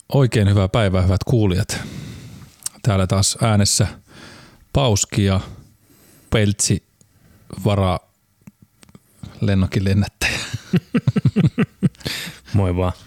Oikein hyvää päivää, hyvät kuulijat. Täällä taas äänessä Pauski ja Peltsi lennokin lennättäjä. Moi vaan.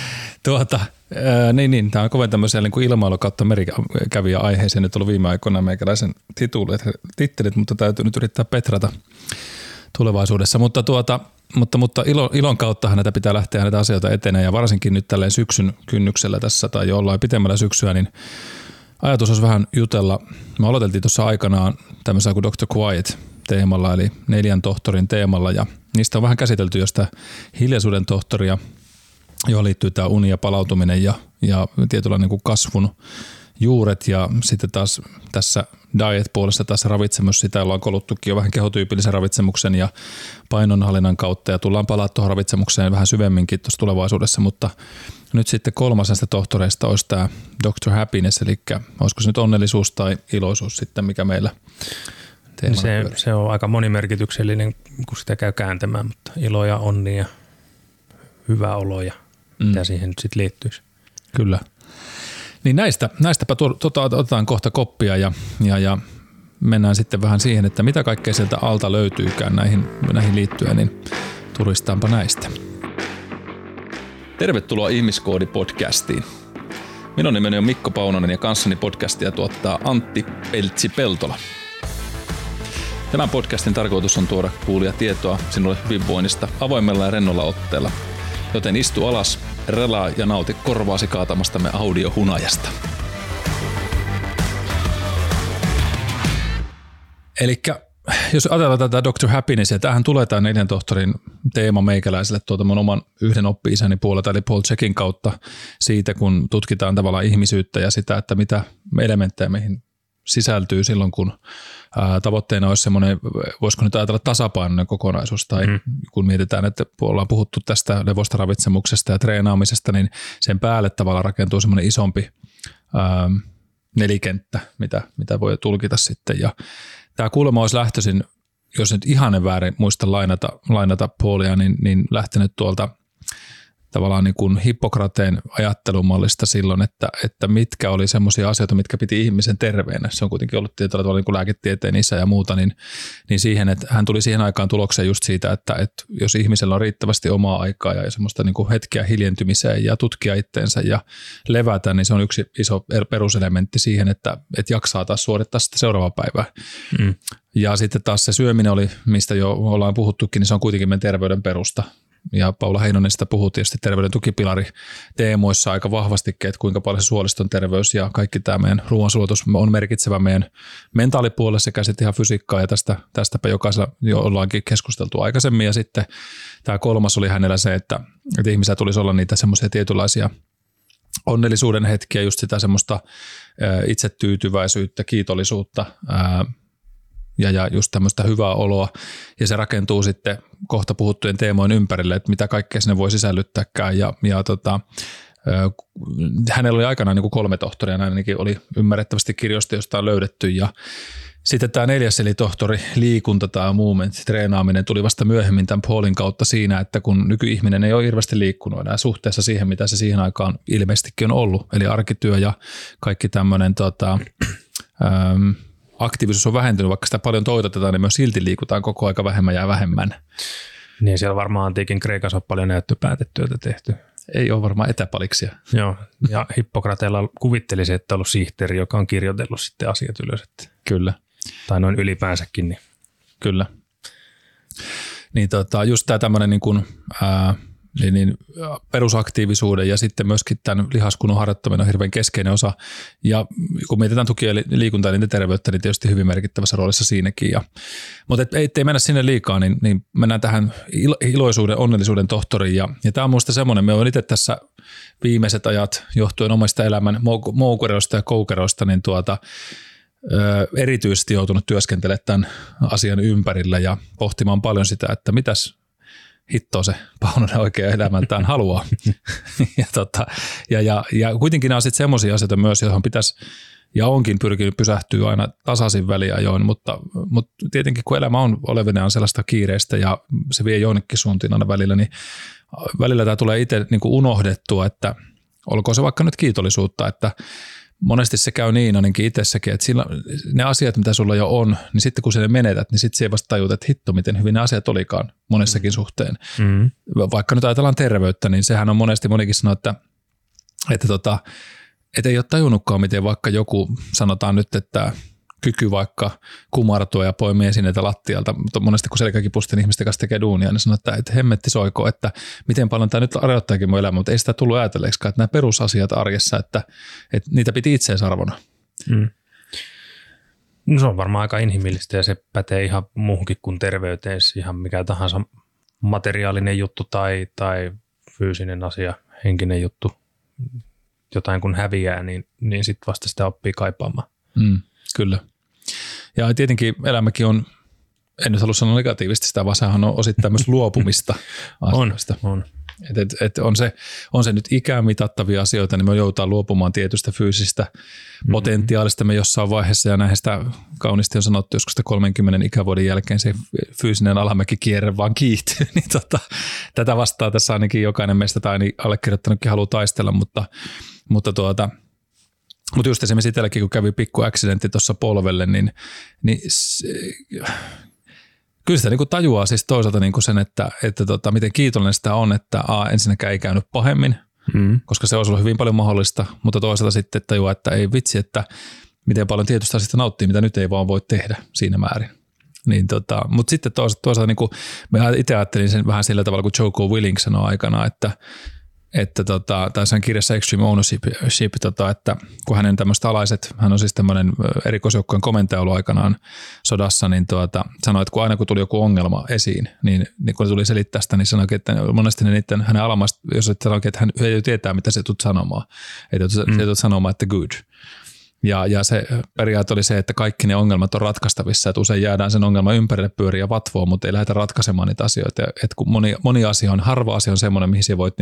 Tämä on kovin tämmöisiä niin kuin ilmailu kautta merikävijä aiheeseen nyt ollut viime aikoina meikäläisen tittelit, mutta täytyy nyt yrittää petrata tulevaisuudessa. Mutta ilon kauttahan näitä pitää lähteä näitä asioita eteneen ja varsinkin nyt tälleen syksyn kynnyksellä tässä tai jollain pitemmällä syksyä, niin ajatus olisi vähän jutella. Me aloiteltiin tuossa aikanaan tämmöisellä kuin Dr. Quiet teemalla eli 4 tohtorin teemalla ja niistä on vähän käsitelty jo sitä hiljaisuuden tohtoria, johon liittyy tämä uni ja palautuminen ja tietynlainen niin kuin kasvun juuret ja sitten taas tässä diet-puolessa taas ravitsemus, sitä ollaan koluttukin jo vähän kehotyypillisen ravitsemuksen ja painonhallinnan kautta ja tullaan palaa tuohon ravitsemukseen vähän syvemminkin tuossa tulevaisuudessa, mutta nyt sitten kolmas näistä tohtoreista olisi tämä Dr. Happiness, eli olisiko se nyt onnellisuus tai iloisuus sitten, mikä meillä teemana se on aika monimerkityksellinen, kun sitä käy kääntämään, mutta ilo ja onni ja hyvä olo ja mitä siihen nyt sitten liittyisi. Kyllä. Niin näistäpä otetaan kohta koppia ja mennään sitten vähän siihen, että mitä kaikkea sieltä alta löytyykään näihin liittyen, niin turistaanpa näistä. Tervetuloa Ihmiskoodi-podcastiin. Minun nimeni on Mikko Paunonen ja kanssani podcastia tuottaa Antti Peltsi Peltola. Tämän podcastin tarkoitus on tuoda kuulia tietoa sinulle hyvinvoinnista avoimella ja rennolla otteella. Joten istu alas, relaa ja nauti korvaasi kaatamastamme audiohunajasta. Elikkä jos ajatellaan tätä Dr. Happinessia, tämähän tulee tämä 4 tohtorin teema meikäläiselle mun oman yhden oppi-isäni puolelta, eli Paul Checkin kautta siitä, kun tutkitaan tavallaan ihmisyyttä ja sitä, että mitä elementtejä meihin sisältyy silloin, kun tavoitteena olisi semmoinen, voisiko nyt ajatella tasapainoinen kokonaisuus, tai kun mietitään, että ollaan puhuttu tästä levosta, ravitsemuksesta ja treenaamisesta, niin sen päälle tavallaan rakentuu semmoinen isompi nelikenttä, mitä voi tulkita sitten. Ja tämä kuulemma olisi lähtöisin, jos nyt ihan väärin muista lainata Paulia, niin lähtenyt tuolta tavallaan niin kuin Hippokrateen ajattelumallista silloin, että mitkä oli semmoisia asioita, mitkä piti ihmisen terveenä. Se on kuitenkin ollut tietyllä tavalla niin kuin lääketieteen isä ja muuta, niin siihen, että hän tuli siihen aikaan tulokseen just siitä, että jos ihmisellä on riittävästi omaa aikaa ja semmoista niin kuin hetkeä hiljentymiseen ja tutkia itteensä ja levätä, niin se on yksi iso peruselementti siihen, että jaksaa taas suorittaa sitä seuraavaa päivää. Ja sitten taas se syöminen oli, mistä jo ollaan puhuttukin, niin se on kuitenkin meidän terveyden perusta. Ja Paula Heinonen sitä puhuu tietysti terveyden tukipilari teemoissa aika vahvastikin, että kuinka paljon se suoliston terveys ja kaikki tämä meidän ruoansulatus on merkitsevä meidän mentaalipuolelle sekä sitten ihan fysiikkaa ja tästäpä jokaisella jo ollaankin keskusteltu aikaisemmin ja sitten tämä kolmas oli hänellä se, että ihmisellä tulisi olla niitä semmoisia tietynlaisia onnellisuuden hetkiä, just sitä semmoista itsetyytyväisyyttä, kiitollisuutta, ja just tämmöistä hyvää oloa, ja se rakentuu sitten kohta puhuttujen teemojen ympärille, että mitä kaikkea sinne voi sisällyttääkään, hänellä oli aikanaan niin kuin 3 tohtoria, näin ainakin oli ymmärrettävästi kirjoista, josta on löydetty, ja sitten tämä 4. eli tohtori liikunta tai movement, treenaaminen tuli vasta myöhemmin tämän Paulin kautta siinä, että kun nykyihminen ei ole hirveästi liikkunut enää suhteessa siihen, mitä se siihen aikaan ilmeisestikin on ollut, eli arkityö ja kaikki tämmöinen aktiivisuus on vähentynyt, vaikka sitä paljon toitotetaan, niin myös silti liikutaan koko aika vähemmän ja vähemmän. Niin siellä varmaan antiikin Kreikassa on paljon näyttöpäätetyötä tehty. Ei ole varmaan etäpaliksia. Joo, ja Hippokrateella kuvittelisi, että on ollut sihteeri, joka on kirjoitellut sitten asiat ylös. Kyllä. Tai noin ylipäänsäkin. Niin. Kyllä. Niin just tämä tämmöinen niin kuin, perusaktiivisuuden ja sitten myöskin tämän lihaskunnon harjoittaminen on hirveän keskeinen osa. Ja kun mietitään tukia ja liikuntaa ja terveyttä, niin tietysti hyvin merkittävässä roolissa siinäkin. Mutta ettei mennä sinne liikaa, niin mennään tähän iloisuuden, onnellisuuden tohtoriin. Ja tämä on minusta semmoinen, me olen itse tässä viimeiset ajat johtuen omista elämän moukureista ja koukeroista, niin erityisesti joutunut työskentelemään tämän asian ympärillä ja pohtimaan paljon sitä, että mitäs hittoa se Paunonen oikein elämältään haluaa. ja kuitenkin nämä on sitten semmoisia asioita myös, joihin pitäisi ja onkin pyrkinyt pysähtyä aina tasaisin väliajoin, mutta tietenkin kun elämä on olevinaan sellaista kiireistä ja se vie jonnekin suuntiin aina välillä, niin välillä tämä tulee itse niin kuin unohdettua, että olkoon se vaikka nyt kiitollisuutta, että monesti se käy niin ainakin itsessäkin, että ne asiat, mitä sulla jo on, niin sitten kun sä ne menetät, niin sitten sä vasta tajut, että hitto, miten hyvin ne asiat olikaan monessakin suhteen. Vaikka nyt ajatellaan terveyttä, niin sehän on monikin sanoo, että ei ole tajunnutkaan, miten vaikka joku, sanotaan nyt, että kyky vaikka kumartua ja poimia esineitä lattialta, mutta monesti kun selkäkipusten ihmisten kanssa tekee duunia, niin sanoo, että hemmetti soiko, että miten paljon tämä nyt rajoittaakin mun elämää, mutta ei sitä tullut ajatelleeksikaan, että nämä perusasiat arjessa, että niitä piti itseisarvona. No se on varmaan aika inhimillistä ja se pätee ihan muuhunkin kuin terveyteen, ihan mikä tahansa materiaalinen juttu tai fyysinen asia, henkinen juttu, jotain kun häviää, niin sitten vasta sitä oppii kaipaamaan. Kyllä. Ja tietenkin elämäkin on, en nyt halua sanoa negatiivisesti sitä, vaan sehän on osittain myös luopumista asioista. On. On se nyt ikään mitattavia asioita, niin me joudutaan luopumaan tietystä fyysistä potentiaalista me jossain vaiheessa, ja näinhän sitä kauniisti on sanottu, joskus 30 ikävuoden jälkeen se fyysinen alamäkikierre vaan kiihtyy, niin tätä vastaa tässä ainakin jokainen meistä tai niin allekirjoittanutkin haluaa taistella, mutta just esimerkiksi itselläkin, kun kävi pikku accidentti tuossa polvelle, niin kyllä sitä niin kuin tajuaa siis toisaalta niin kuin sen, että miten kiitollinen sitä on, että ensinnäkään ei käynyt pahemmin, koska se olisi ollut hyvin paljon mahdollista, mutta toisaalta sitten tajuaa, että ei vitsi, että miten paljon tietystä asiasta nauttii, mitä nyt ei vaan voi tehdä siinä määrin. Niin mutta sitten toisaalta niin kuin, mä itse ajattelin sen vähän sillä tavalla, kuin Joko Willink sanoi aikana, että tai sen kirjassa Extreme Ownership, että kun hänen tämmöiset alaiset, hän on siis tämmöinen erikoisjoukkojen komentaja ollut aikanaan sodassa, niin sanoi, että aina kun tuli joku ongelma esiin, niin kun ne tuli selittää sitä, niin sanoi, että monesti hänen alamaiset, jos et sanoi, että hän ei tietää, mitä se tulet sanomaan, että se tulet sanomaan, että good. Ja se periaate oli se, että kaikki ne ongelmat on ratkaistavissa, että usein jäädään sen ongelman ympärille pyöriä ja vatvoa, mutta ei lähdetä ratkaisemaan niitä asioita. Että kun moni asia on, harva asia on semmoinen, mihin sä voit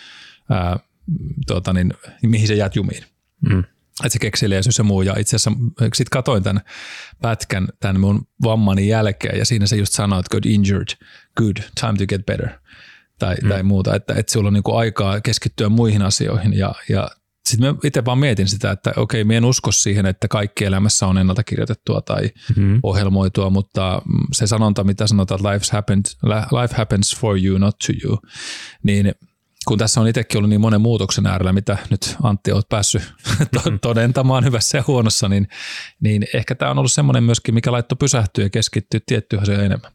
mihin sä jäät jumiin. Että se kekseliäisyys ja muu. Ja itse asiassa sitten katoin tämän pätkän tämän mun vammani jälkeen ja siinä se just sanoi, että got injured, good, time to get better tai muuta. Että sulla on niinku aikaa keskittyä muihin asioihin ja sitten mä itse vaan mietin sitä, että okei, mä en usko siihen, että kaikki elämässä on ennalta kirjoitettua tai ohjelmoitua, mutta se sanonta, mitä sanotaan, että life happens for you, not to you, niin kun tässä on itsekin ollut niin monen muutoksen äärellä, mitä nyt Antti olet päässyt todentamaan hyvässä ja huonossa, niin ehkä tämä on ollut semmoinen myöskin, mikä laittoi pysähtyä ja keskittyä tiettyyn asiaan enemmän.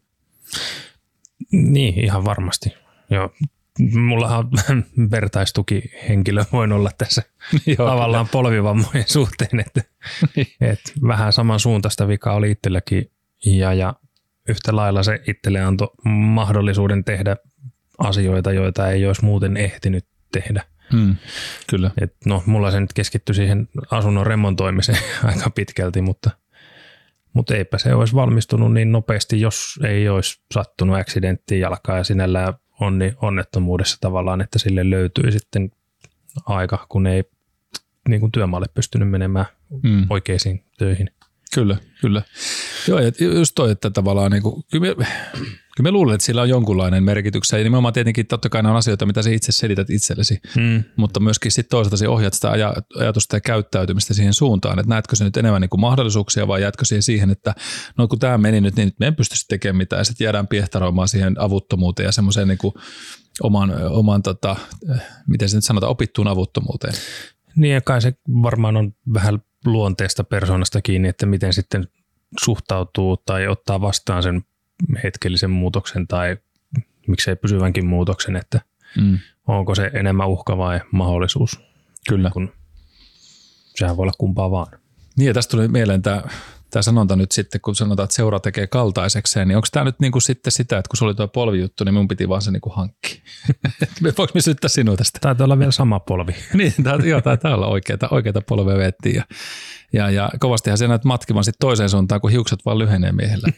Niin, ihan varmasti. Joo. Mullahan vertaistukihenkilö voin olla tässä tavallaan polvivammojen suhteen, että vähän samansuuntaista vikaa oli itselläkin ja yhtä lailla se itselle antoi mahdollisuuden tehdä asioita, joita ei olisi muuten ehtinyt tehdä. Kyllä. Mulla se nyt keskittyi siihen asunnon remontoimiseen aika pitkälti, mutta eipä se olisi valmistunut niin nopeasti, jos ei olisi sattunut accidenttiin jalkaan ja sinällään onnettomuudessa tavallaan, että sille löytyi sitten aika, kun ei niin kuin työmaalle pystynyt menemään oikeisiin töihin. Kyllä. Joo, ja just toi, että tavallaan niin kuin, kyllä mä luulen, että sillä on jonkunlainen merkitys. Ja nimenomaan tietenkin totta kai ne on asioita, mitä sä itse selität itsellesi, mutta myöskin sitten toisaalta sä ohjat sitä ajatusta ja käyttäytymistä siihen suuntaan, että näetkö sä nyt enemmän niin kuin mahdollisuuksia vai jäätkö siihen, että no kun tämä meni nyt, niin me en pystyisi tekemään mitään ja sitten jäädään piehtaroimaan siihen avuttomuuteen ja semmoiseen niin kuin oman miten se nyt sanotaan, opittuun avuttomuuteen. Niin ja kai se varmaan on vähän luonteesta persoonasta kiinni, että miten sitten suhtautuu tai ottaa vastaan sen hetkellisen muutoksen tai miksei pysyvänkin muutoksen, että onko se enemmän uhka vai mahdollisuus. Kyllä. Kun sehän voi olla kumpaa vaan. Niin ja tästä tuli mieleen tämä sanonta nyt sitten, kun sanotaan, että seura tekee kaltaisekseen, niin onko tämä nyt niinku sitten sitä, että kun se oli tuo polvijuttu, niin mun piti vaan se niinku hankkia. Voinko me syyttää sinua tästä? Taitaa olla vielä sama polvi. Niin, taitaa olla oikeita polvea vettiin. Ja kovastihan se näet matkimaan sitten toiseen suuntaan, kun hiukset vaan lyhenee miehellä.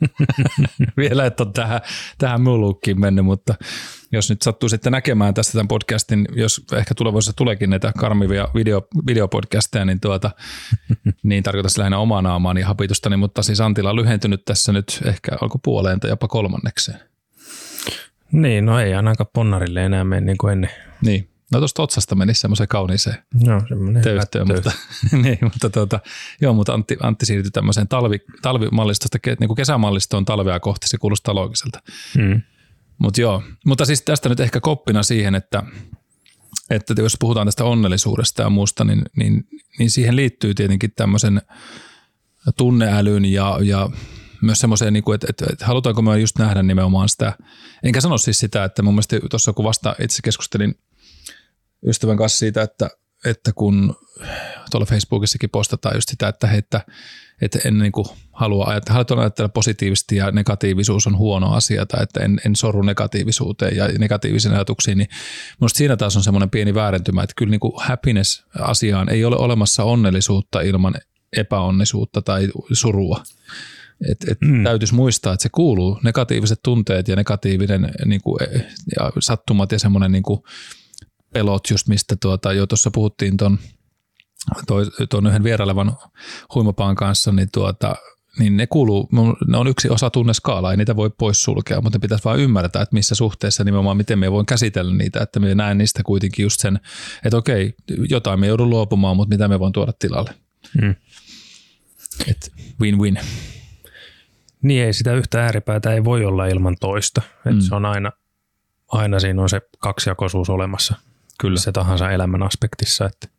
Vielä et ole tähän muluukkiin mennyt, mutta jos nyt sattuu sitten näkemään tästä tämän podcastin, jos ehkä tulevaisuudessa tuleekin näitä karmivia videopodcasteja, niin niin tarkoittaisi lähinnä omaa naamaani ja hapitustani, mutta siis Antila on lyhentynyt tässä nyt ehkä alkoi puoleen tai jopa kolmannekseen. Niin, no ei ainakaan ponnarille enää mene niin kuin ennen. Niin, No tuosta otsasta menisi semmoiseen kauniiseen töyhtöön, mutta Antti siirtyi tämmöiseen talvimallistosta, niin kuin kesämallistoon talvea kohti, se kuulostaa loogiselta. Mutta siis tästä nyt ehkä koppina siihen, että jos puhutaan tästä onnellisuudesta ja muusta, niin siihen liittyy tietenkin tämmöisen tunneälyn ja myös semmoiseen, että halutaanko me just nähdä nimenomaan sitä, enkä sano siis sitä, että mun mielestä tuossa kun vasta itse keskustelin ystävän kanssa siitä, että kun tuolla Facebookissakin postataan just sitä, että en niin kuin haluan ajatella positiivisesti ja negatiivisuus on huono asia tai että en sorru negatiivisuuteen ja negatiivisiin ajatuksiin, niin minusta siinä taas on semmoinen pieni väärentymä, että kyllä niin kuin happiness-asiaan ei ole olemassa onnellisuutta ilman epäonnisuutta tai surua. Täytyisi muistaa, että se kuuluu negatiiviset tunteet ja negatiivinen niin kuin, ja sattumat ja semmoinen niin kuin pelot, just mistä jo tuossa puhuttiin tuon yhden vierailevan huimapaan kanssa, niin ne kuuluu, ne on yksi osa tunneskaalaa, ei niitä voi pois sulkea, mutta pitäisi vaan ymmärtää, että missä suhteessa nimenomaan, miten me voin käsitellä niitä, että me näen niistä kuitenkin just sen, että okei, jotain me joudun luopumaan, mutta mitä me voin tuoda tilalle. Et win-win. Niin ei sitä yhtä ääripäätä ei voi olla ilman toista. Että se on aina siinä on se kaksijakoisuus olemassa. Kyllä. Se tahansa elämän aspektissa. Että.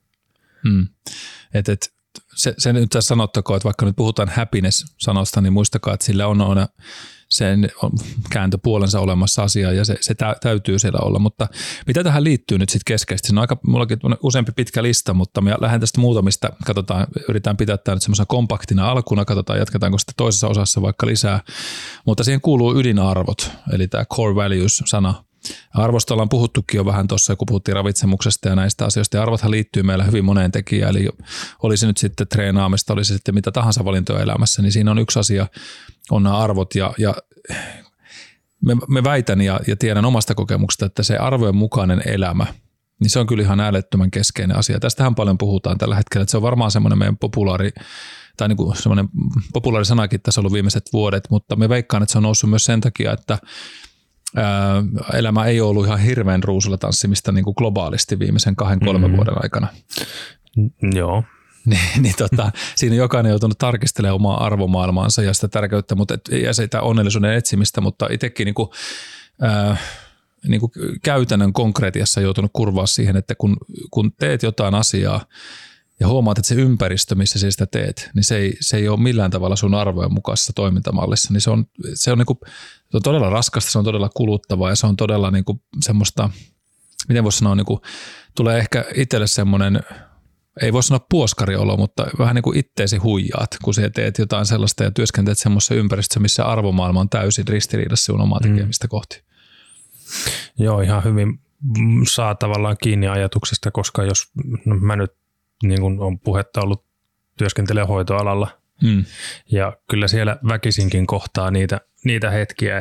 Se nyt tässä sanottakoon, että vaikka nyt puhutaan happiness-sanosta, niin muistakaa, että sillä on sen kääntöpuolensa olemassa asia ja se täytyy siellä olla. Mutta mitä tähän liittyy nyt sitten keskeisesti? Se on mullakin useampi pitkä lista, mutta me lähden tästä muutamista, katsotaan, yritetään pitää tämä nyt semmoisena kompaktina alkuna, katsotaan jatketaanko sitä toisessa osassa vaikka lisää. Mutta siihen kuuluu ydinarvot, eli tämä core values-sana. Arvosta ollaan puhuttukin jo vähän tuossa, kun puhuttiin ravitsemuksesta ja näistä asioista. Ja arvothan liittyy meillä hyvin moneen tekijään, eli olisi nyt sitten treenaamista, olisi sitten mitä tahansa valintoja elämässä, niin siinä on yksi asia, on nämä arvot. Ja me väitän ja tiedän omasta kokemuksesta, että se arvojen mukainen elämä, niin se on kyllä ihan äärettömän keskeinen asia. Tästähän paljon puhutaan tällä hetkellä, että se on varmaan semmoinen meidän niin kuin semmoinen populaari sanakin tässä ollut viimeiset vuodet, mutta me veikkaan, että se on noussut myös sen takia, että elämä ei ollut ihan hirveän ruusulla tanssimista niin kuin globaalisti viimeisen 2-3 vuoden aikana. Joo. Siinä jokainen on joutunut tarkistelemaan omaa arvomaailmaansa ja sitä tärkeyttä ja sitä onnellisuuden etsimistä, mutta itsekin niin kuin käytännön konkretiassa joutunut kurvaa siihen, että kun teet jotain asiaa ja huomaat, että se ympäristö, missä sä sitä teet, niin se ei ole millään tavalla sun arvojen mukaisessa toimintamallissa, niin se on todella raskasta, se on todella kuluttavaa ja se on todella niin kuin semmoista, miten voisi sanoa, niin kuin, tulee ehkä itselle semmoinen, ei voi sanoa puoskariolo, mutta vähän niin kuin itteesi huijaat, kun sä teet jotain sellaista ja työskentelet semmoisessa ympäristössä, missä arvomaailma on täysin ristiriidassa sinun omaa tekemistä kohti. Joo, ihan hyvin saa tavallaan kiinni ajatuksesta, koska jos mä nyt niin kuin on puhetta ollut työskentelee hoitoalalla ja kyllä siellä väkisinkin kohtaa niitä hetkiä,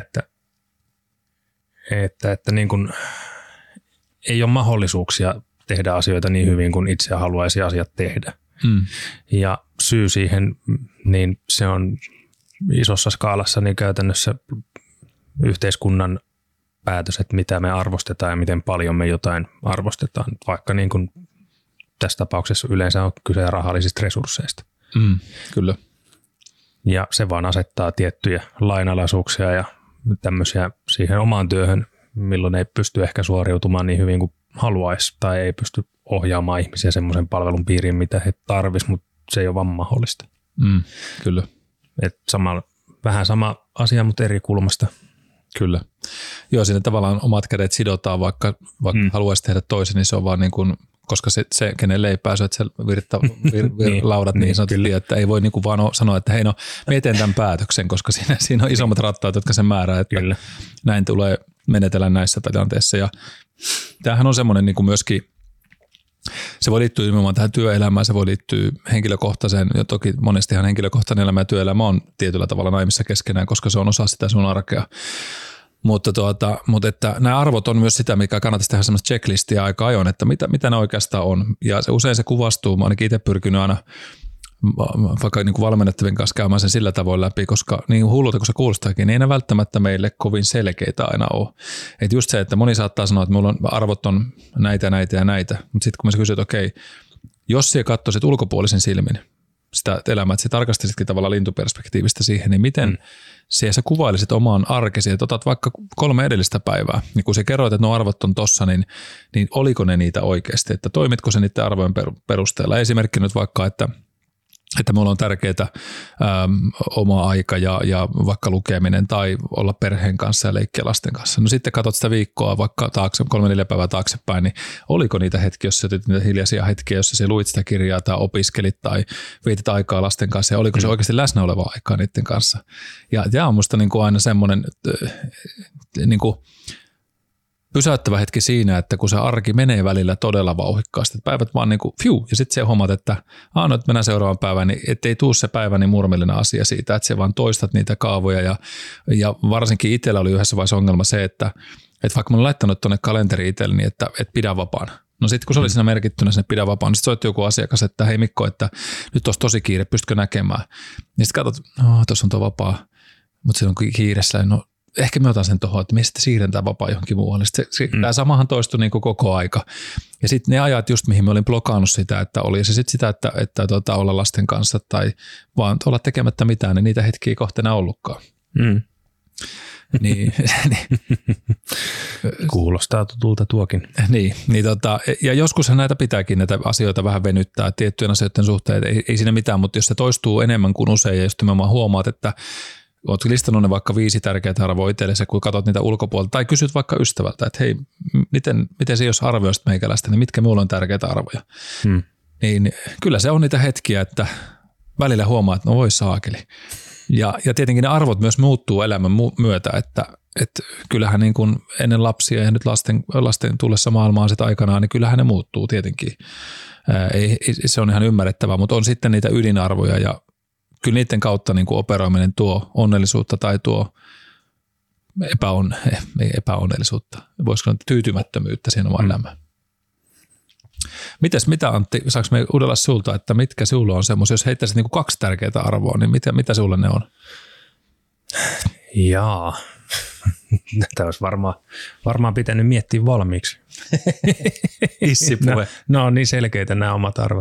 että niin kuin ei ole mahdollisuuksia tehdä asioita niin hyvin kuin itse haluaisi asiat tehdä. Ja syy siihen, niin se on isossa skaalassa niin käytännössä yhteiskunnan päätös, että mitä me arvostetaan ja miten paljon me jotain arvostetaan, vaikka niin kuin tässä tapauksessa yleensä on kyse rahallisista resursseista. Kyllä. Ja se vaan asettaa tiettyjä lainalaisuuksia ja tämmöisiä siihen omaan työhön, milloin ei pysty ehkä suoriutumaan niin hyvin kuin haluaisi tai ei pysty ohjaamaan ihmisiä semmoisen palvelun piiriin, mitä he tarvisivat, mutta se ei ole vaan mahdollista. Kyllä. Vähän sama asia, mutta eri kulmasta. Kyllä. Joo, siinä tavallaan omat kädet sidotaan, vaikka haluaisi tehdä toisin, niin se on vaan niin kuin, koska se kenelle ei pääse, että se laudat niin sanotusti, että ei voi niin kuin vaan sanoa, että hei me teen tämän päätöksen, koska siinä on isommat rattaat, jotka sen määrää, että kyllä. Näin tulee menetellä näissä tilanteissa. Ja tämähän on semmoinen niin kuin myöskin, se voi liittyä nimenomaan tähän työelämään, se voi liittyä henkilökohtaiseen, ja toki monestihan henkilökohtainen elämä ja työelämä on tietyllä tavalla naimissa keskenään, koska se on osa sitä sun arkea. Mutta että nämä arvot on myös sitä, mikä kannattaisi tehdä semmoista checklistia aika ajoin, että mitä ne oikeastaan on. Ja usein se kuvastuu, mä ainakin itse pyrkinyt aina vaikka niin kuin valmennettavien kanssa käymään sen sillä tavoin läpi, koska niin hullulta kuin se kuulostaakin, niin ei ne välttämättä meille kovin selkeitä aina ole. Että just se, että moni saattaa sanoa, että mulla on arvot on näitä ja näitä ja näitä, mutta sitten kun mä kysyt, että okei, jos siellä katsoisit ulkopuolisen silmin sitä elämää, että sä tarkastisitkin tavallaan lintuperspektiivistä siihen, niin miten sä kuvailisit omaan arkesi, että otat vaikka 3 edellistä päivää, niin kun sä kerroit, että nuo arvot on tossa, niin oliko ne niitä oikeasti, että toimitko se niiden arvojen perusteella? Esimerkki nyt vaikka, että mulla on tärkeää oma aika ja vaikka lukeminen tai olla perheen kanssa ja leikkiä lasten kanssa. No sitten katsot sitä viikkoa vaikka 3-4 päivää taaksepäin, niin oliko niitä hetkiä, jos otit niitä hiljaisia hetkiä, jossa luit sitä kirjaa tai opiskelit tai vietit aikaa lasten kanssa ja oliko se oikeasti läsnä olevaa aikaa niiden kanssa. Ja tämä on musta niin kuin aina semmoinen niin kuin pysäyttävä hetki siinä, että kun se arki menee välillä todella vauhikkaasti, että päivät vaan niin kuin fiu, ja sitten se hommat, että nyt mennään seuraavan päivän, niin ettei tuu se päivä niin murmellinen asia siitä, että se vaan toistat niitä kaavoja ja varsinkin itsellä oli yhdessä vaiheessa ongelma se, että vaikka mä olen laittanut tuonne kalenteri itselleni, että pidä vapaana. No sitten kun se oli siinä merkittynä sinne pidä vapaana, niin sitten soitti joku asiakas, että hei Mikko, että nyt olisi tosi kiire, pystytkö näkemään? Niin sitten katsot, tuossa on tuo vapaa, mutta se on kiireessä, no ehkä me otan sen tuohon, että mistä siirrän tämä vapaa johonkin muualle. Tämä samahan toistui niin kuin koko aika. Ja sitten ne ajat just mihin mä olin blokannut sitä, että oli se sitten sitä, että olla lasten kanssa tai vaan olla tekemättä mitään, niin niitä hetkiä kohta enää ollutkaan. Niin. Kuulostaa tutulta tuokin. Niin, ja joskushan näitä pitääkin näitä asioita vähän venyttää tiettyjen asioiden suhteen. Ei siinä mitään, mutta jos se toistuu enemmän kuin usein ja jos mä huomaat, että olet listannut ne vaikka 5 tärkeää arvoa itsellesi, kun katsot niitä ulkopuolelta, tai kysyt vaikka ystävältä, että hei, miten se jos arvioisit meikäläistä, niin mitkä minulla on tärkeitä arvoja. Niin kyllä se on niitä hetkiä, että välillä huomaa, että no voi saakeli. Ja tietenkin ne arvot myös muuttuu elämän myötä, että kyllähän niin kuin ennen lapsia ja nyt lasten tullessa maailmaan sitä aikanaan, niin kyllähän ne muuttuu tietenkin. Se on ihan ymmärrettävää, mutta on sitten niitä ydinarvoja ja kyllä niiden kautta niin kuin operoiminen tuo onnellisuutta tai tuo epäonnellisuutta. Voisiko sanoa tyytymättömyyttä siihen omaan elämään. Mitä Antti, saanko me uudella sulta, että mitkä sinulla on semmoisia, jos heittäisit niin kuin 2 tärkeää arvoa, niin mitä sinulla ne on? Jaa, tätä olisi varmaan pitänyt miettiä valmiiksi. Issipuhe. No on niin selkeitä nämä omat arvot.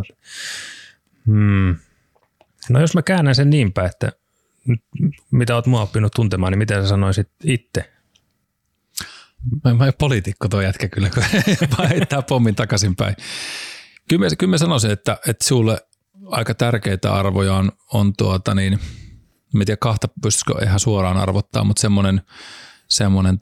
No jos mä käännän sen niinpä, että mitä oot mua oppinut tuntemaan, niin mitä sä sanoisit itse? Mä en poliitikko tuo jätkä kyllä, kun heittää pommin takaisinpäin. Kyllä mä sanoisin, että sulle aika tärkeitä arvoja on en tiedä 2 pystyisikö ihan suoraan arvottaa, mutta semmoinen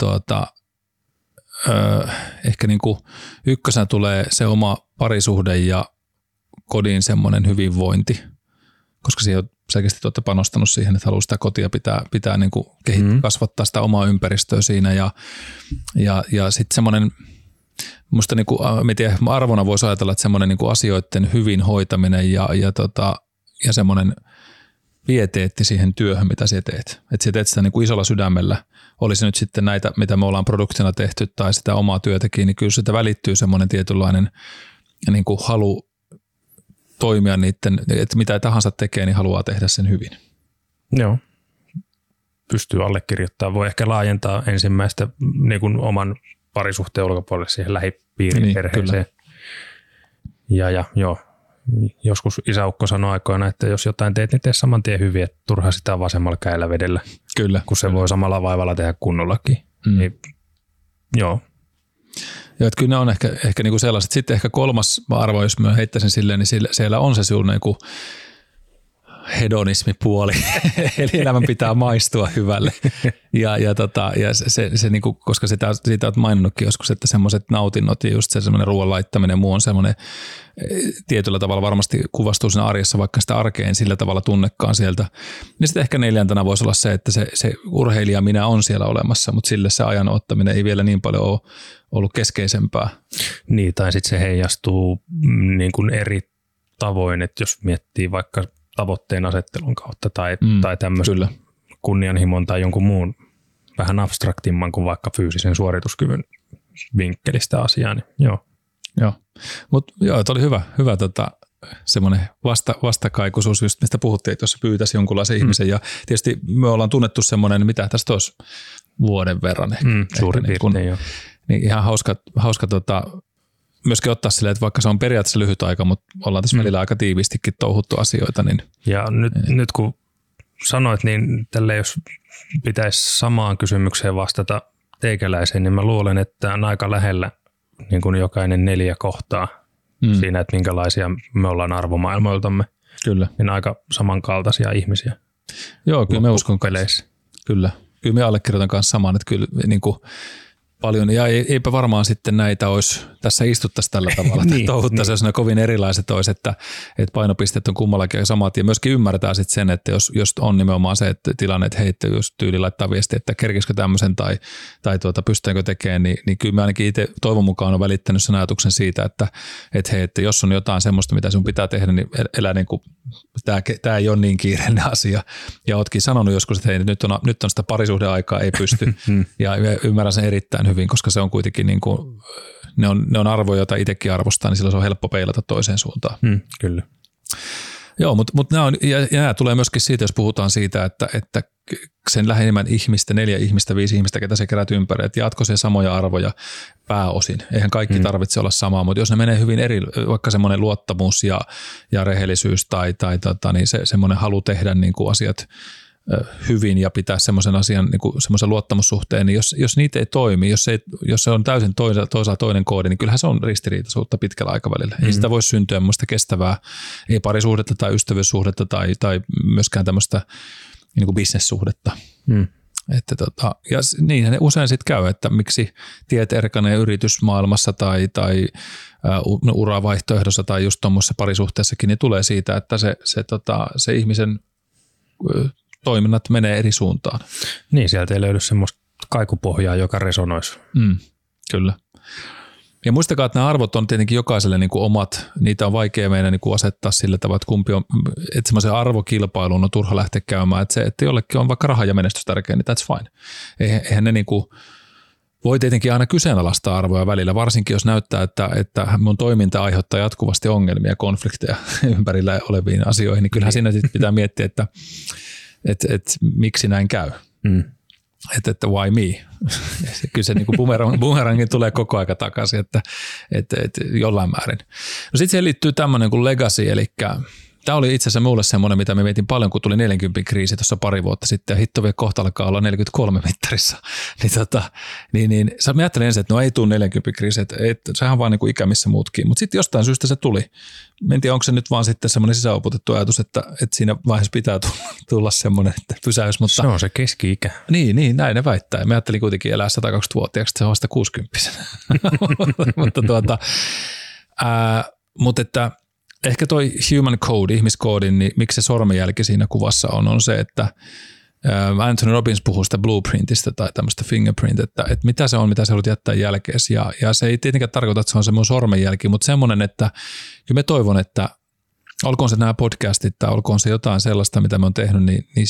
ehkä niin kuin ykkösenä tulee se oma parisuhde ja kodin semmoinen hyvinvointi, koska siihen on selkeästi olette panostanut siihen, että haluaa sitä kotia pitää niin kuin kasvattaa sitä omaa ympäristöä siinä ja sitten semmoinen, musta niin kuin, arvona voisi ajatella, että semmoinen niin kuin asioiden hyvin hoitaminen ja semmoinen pieteetti siihen työhön, mitä sä teet. Että sä teet sitä niin kuin isolla sydämellä. Olisi nyt sitten näitä, mitä me ollaan produktina tehty tai sitä omaa työtäkin, niin kyllä sitä välittyy semmoinen tietynlainen niin kuin halu toimia niiden, että mitä tahansa tekee, niin haluaa tehdä sen hyvin. Joo. Pystyy allekirjoittamaan. Voi ehkä laajentaa ensimmäistä niin kuin oman parisuhteen ulkopuolelle siihen lähipiirin niin, perheeseen. Kyllä. Ja joo. Joskus isäukko sanoi aikoina, että jos jotain teet, niin tee saman tien hyvin, että turha sitä vasemmalla kädellä vedellä. Kyllä. Kun se voi samalla vaivalla tehdä kunnollakin. Niin, joo. Joo, että kyllä ne on ehkä niinku sellaiset. Sitten ehkä 3. arvo, jos mä heittäisin silleen, niin siellä on se sinulla niinku hedonismipuoli, eli elämän pitää maistua hyvälle. Ja se niinku, koska siitä olet maininnutkin joskus, että semmoiset nautinnot ja just se semmoinen ruoan laittaminen muu on semmoinen tietyllä tavalla varmasti kuvastuu siinä arjessa, vaikka sitä arkeen sillä tavalla tunnekaan sieltä. Niin sitten ehkä 4. voisi olla se, että se urheilija minä on siellä olemassa, mutta sille se ajan ottaminen ei vielä niin paljon ole ollut keskeisempää. Niin, tai sitten se heijastuu niin kuin eri tavoin, että jos miettii vaikka tavoitteen asettelun kautta tai tämmöistä kunnianhimon tai jonkun muun vähän abstraktimman kuin vaikka fyysisen suorituskyvyn vinkkelistä asiaa, niin joo. Mutta joo, tämä oli semmoinen vastakaikuisuus, just mistä puhuttiin, että jos pyytäisi jonkunlaisen ihmisen. Ja tietysti me ollaan tunnettu semmoinen, mitä tästä olisi vuoden verran ehkä. Suurin piirtein, joo. Niin ihan hauska myöskin ottaa silleen, että vaikka se on periaatteessa lyhyt aika, mutta ollaan tässä välillä aika tiiviistikin touhuttu asioita. Niin. Ja nyt kun sanoit, niin tälle jos pitäisi samaan kysymykseen vastata teikäläiseen, niin mä luulen, että on aika lähellä niin kuin jokainen 4 kohtaa siinä, että minkälaisia me ollaan arvomaailmoiltamme. Kyllä. Niin aika samankaltaisia ihmisiä. Joo, kyllä me uskon peleissä. Kyllä me allekirjoitan kanssa saman, että kyllä niin kuin paljon, ja eipä varmaan sitten näitä olisi, tässä istuttaisiin tällä tavalla, että touhuttaisiin, jos ne kovin erilaiset olisi, että painopisteet on kummallakin samat, ja myöskin ymmärtää sitten sen, että jos on nimenomaan se että tilanne, että hei, jos tyyli laittaa viestiä, että kerkisikö tämmöisen tai pystytäänkö tekemään, niin kyllä mä ainakin itse toivon mukaan on välittänyt sen ajatuksen siitä, että hei, että jos on jotain semmoista, mitä sun pitää tehdä, niin elää niin kuin, tämä ei ole niin kiireellinen asia, ja ootkin sanonut joskus, että hei, nyt on sitä parisuhdeaikaa, ei pysty, ja ymmärrän sen erittäin hyvin, koska se on kuitenkin niin kuin, ne on arvoja, joita itsekin arvostaa, niin silloin se on helppo peilata toiseen suuntaan. Kyllä. Joo, mutta nämä tulee myöskin siitä, jos puhutaan siitä, että sen lähimmän ihmistä, 4 ihmistä, 5 ihmistä, ketä se kerät ympäri, että jatko se samoja arvoja pääosin. Eihän kaikki tarvitse olla samaa, mutta jos ne menee hyvin eri, vaikka semmoinen luottamus ja rehellisyys tai niin semmoinen halu tehdä niin kuin asiat hyvin ja pitää semmoisen asian, niin kuin semmoisen luottamussuhteen, niin jos niitä ei toimi, jos se on täysin toisaalta toinen koodi, niin kyllähän se on ristiriitaisuutta pitkällä aikavälillä. Ei sitä voi syntyä muista kestävää, ei parisuhdetta tai ystävyyssuhdetta tai myöskään tämmöistä niin kuin bisnessuhdetta. Ja niinhän ne usein sitten käy, että miksi tiet erkanee yritysmaailmassa tai uravaihtoehdossa tai just tuommoisessa parisuhteessakin, niin tulee siitä, että se ihmisen toiminnat menee eri suuntaan. Niin, sieltä ei löydy semmoista kaikupohjaa, joka resonoisi. Kyllä. Ja muistakaa, että nämä arvot on tietenkin jokaiselle niin kuin omat, niitä on vaikea meidän niin kuin asettaa sillä tavalla, että kumpi on, että semmoisen arvokilpailuun on turha lähteä käymään, että se, että jollekin on vaikka raha ja menestys tärkeä, niin that's fine. Eihän ne niin kuin, voi tietenkin aina kyseenalaistaa arvoja välillä, varsinkin jos näyttää, että mun toiminta aiheuttaa jatkuvasti ongelmia ja konflikteja ympärillä oleviin asioihin, niin kyllähän siinä sitten pitää miettiä, että miksi näin käy. Että why me? Kyllä se niin kuin boomerangin tulee koko aika takaisin, että jollain määrin. No sitten siihen liittyy tämmöinen kuin legacy, eli tämä oli itse asiassa mulle semmoinen, mitä me mietin paljon, kun tuli 40 kriisi tuossa pari vuotta sitten, ja hitto vielä kohta alkaa olla 43 mittarissa. Niin mä ajattelin ensin, että no ei tule 40 kriisi, että sehän on vaan niin kuin ikä missä muutkin, mutta sitten jostain syystä se tuli. En tiedä, onko se nyt vaan sitten semmoinen sisäoputettu ajatus, että siinä vaiheessa pitää tulla semmoinen, että pysäys. Mutta se on se keski-ikä. Niin, näin ne väittää. Mä ajattelin kuitenkin elää 120-vuotiaaksi, että se on vasta 60. Mutta että ehkä toi human code, ihmiskoodin, niin miksi se sormenjälki siinä kuvassa on se, että Anthony Robbins puhuu sitä blueprintistä tai tämmöistä fingerprint, että mitä se on, mitä sä haluat jättää jälkeesi. Ja se ei tietenkään tarkoita, että se on semmoinen sormenjälki, mutta semmoinen, että kyllä me toivon, että olkoon se nämä podcastit tai olkoon se jotain sellaista, mitä me on tehnyt, niin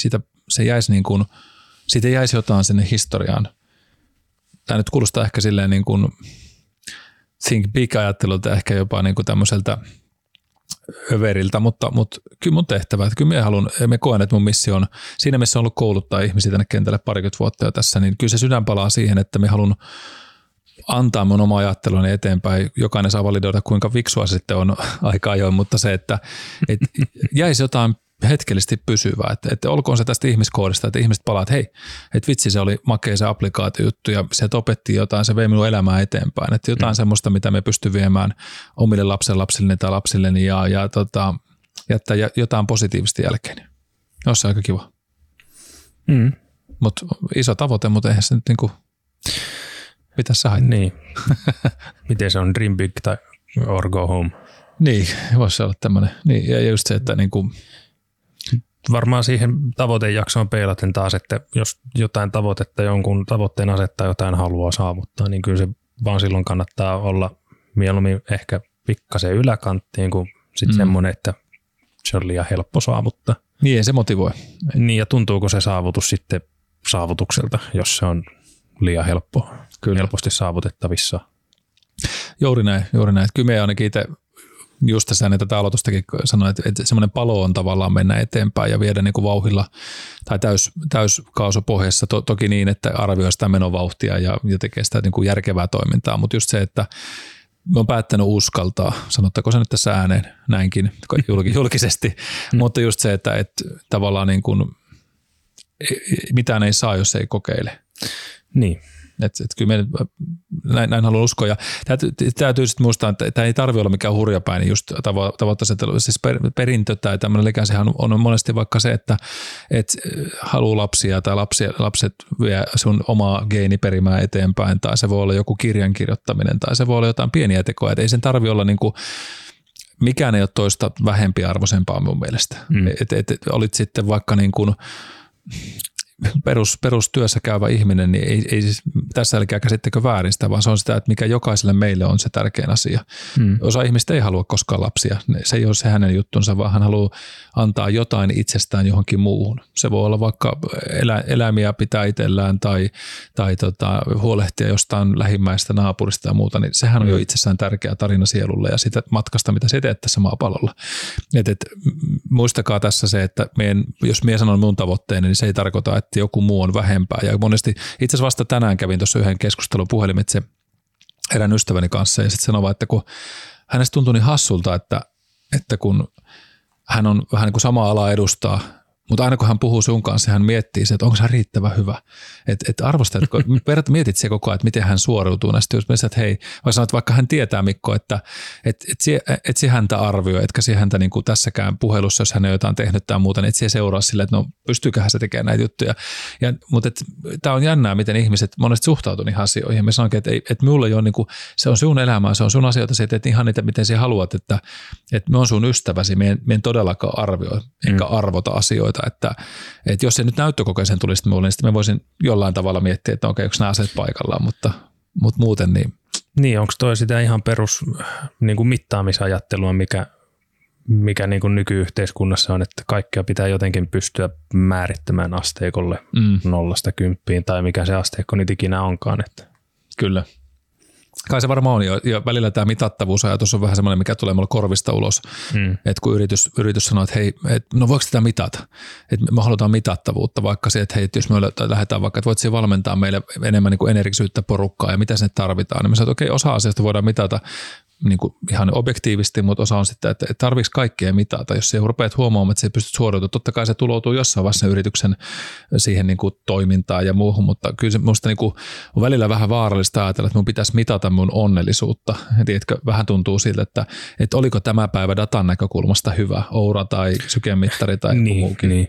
siitä jäisi jotain sinne historiaan. Tämä nyt kuulostaa ehkä silleen niin kuin think big-ajattelulta, ehkä jopa niin kuin tämmöiseltä överiltä, mutta kyllä mun tehtävä, että kyllä me koen, että mun missio on siinä, missä on ollut kouluttaa ihmisiä tänne kentälle 20 vuotta jo tässä, niin kyllä se sydän palaa siihen, että me haluan antaa mun oma ajatteluni eteenpäin. Jokainen saa validoida, kuinka fiksua se sitten on aika ajoin, mutta se, että jäisi jotain hetkellisesti pysyvää, että olkoon se tästä ihmiskoodista, että ihmiset palaa, että hei, että vitsi se oli makea se applikaatiojuttu ja sieltä opetti jotain, se vei minun elämää eteenpäin, että jotain semmoista, mitä me pystyn viemään omille lapsilleni tai lapsilleni ja jättää jotain positiivista jälkeen. Olisi se aika kiva. Mutta iso tavoite, mutta eihän se nyt niinku, mitä sä haittaa? Niin. Miten se on dream big tai or go home? Niin, voisi olla tämmöinen. Niin, ja just se, että niinku varmaan siihen tavoitejaksoon peilaten taas, että jos jotain tavoitetta, jonkun tavoitteen asettaa, jotain haluaa saavuttaa, niin kyllä se vaan silloin kannattaa olla mieluummin ehkä pikkasen yläkanttiin kuin sitten semmoinen, että se on liian helppo saavuttaa. Niin, se motivoi. Niin, ja tuntuuko se saavutus sitten saavutukselta, jos se on liian helposti saavutettavissa? Juuri näin. Kyllä me ainakin itse just tässä ennen tätä aloitustakin sanoin, että semmoinen palo on tavallaan mennä eteenpäin ja viedä niin kuin vauhdilla tai täyskaasupohjassa. Toki niin, että arvioi sitä menovauhtia ja tekee sitä niin kuin järkevää toimintaa, mutta just se, että mä oon päättänyt uskaltaa, sanottaako se nyt tässä ääneen näinkin julkisesti, mutta just se, että tavallaan niin kuin mitään ei saa, jos ei kokeile. Niin. Kyllä näin haluan uskoa. Ja täytyy sitten muistaa, että tämä ei tarvitse olla mikään hurjapäinen just tavoitteessa. Siis perintö tai tämmöinen legacyhan on monesti vaikka se, että haluaa lapsia tai lapset vie sun omaa geeniperimää eteenpäin tai se voi olla joku kirjan kirjoittaminen tai se voi olla jotain pieniä tekoja. Et ei sen tarvitse olla niinku, mikään ei ole toista vähempiarvoisempaa mun mielestä. Olit sitten vaikka niin kuin perustyössä käyvä ihminen, niin ei siis tässä älkää käsittekö väärin sitä, vaan se on sitä, että mikä jokaiselle meille on se tärkein asia. Osa ihmistä ei halua koskaan lapsia. Se ei ole se hänen juttunsa, vaan hän haluaa antaa jotain itsestään johonkin muuhun. Se voi olla vaikka eläimiä pitää itsellään tai huolehtia jostain lähimmäistä naapurista ja muuta, niin sehän on jo itsessään tärkeä tarina sielulle ja sitä matkasta, mitä sä teet tässä maapallolla. Muistakaa tässä se, että jos minä sanon mun tavoitteeni, niin se ei tarkoita, että joku muu on vähempää. Ja monesti, itse asiassa vasta tänään kävin tuossa yhden keskustelun puhelimitse erään ystäväni kanssa ja sitten sanoi vaan, että kun hänestä tuntui niin hassulta, että kun hän on vähän niin kuin samaa alaa edustaa, mutta aina kun hän puhuu sun kanssa, hän miettii se, että onko hän riittävän hyvä. Että arvostatko, mietit se koko ajan, että miten hän suoriutuu näistä, jos että hei, vai sanoit, vaikka hän tietää Mikko, että se häntä arvioi, etkä se häntä niin kuin tässäkään puhelussa, jos hän ei jotain tehnyt tai muuta, niin et se seuraa sille, että no pystyyköhän se tekemään näitä juttuja. Mutta tämä on jännää, miten ihmiset monesti suhtautuu niihin asioihin. Me sanoinkin, että minulle ei ole, niin kuin, se on sun elämää, se on sun asioita, se teet ihan niitä, miten sinä haluat, että me on sun ystäväsi, me en todellakaan arvioi, enkä arvota asioita. Että jos se nyt näyttökokeeseen tulisi minulle, niin sitten mä voisin jollain tavalla miettiä, että okei, onko nämä asiat paikallaan, mutta muuten niin. Niin, onko toi sitä ihan perus niin kuin mittaamisajattelua, mikä niin kuin nykyyhteiskunnassa on, että kaikkea pitää jotenkin pystyä määrittämään asteikolle 0–10 tai mikä se asteikko nyt ikinä onkaan. Että. Kyllä. Kai se varmaan on ja välillä tämä mitattavuusajatus on vähän semmoinen, mikä tulee mulle korvista ulos, että kun yritys sanoo, että hei, no voiko sitä mitata, että me halutaan mitattavuutta vaikka se, että hei, jos me lähdetään vaikka, että voit siihen valmentaa meille enemmän niin kuin energisyyttä porukkaa ja mitä sinne tarvitaan, niin me sanotaan, että okei, osa asiasta voidaan mitata niin kuin ihan objektiivisesti, mutta osa on sitten, että tarvitsi kaikkea mitata, jos se rupeat huomaamaan, että se ei pysty suoriutumaan. Totta kai se tuloutuu jossain vaiheessa yrityksen siihen niin kuin toimintaan ja muuhun, mutta kyllä se minusta niin kuin on välillä vähän vaarallista ajatella, että minun pitäisi mitata mun onnellisuutta. Tiedätkö, vähän tuntuu siltä, että oliko tämä päivä datan näkökulmasta hyvä, Oura tai sykemittari tai joku muukin. Niin.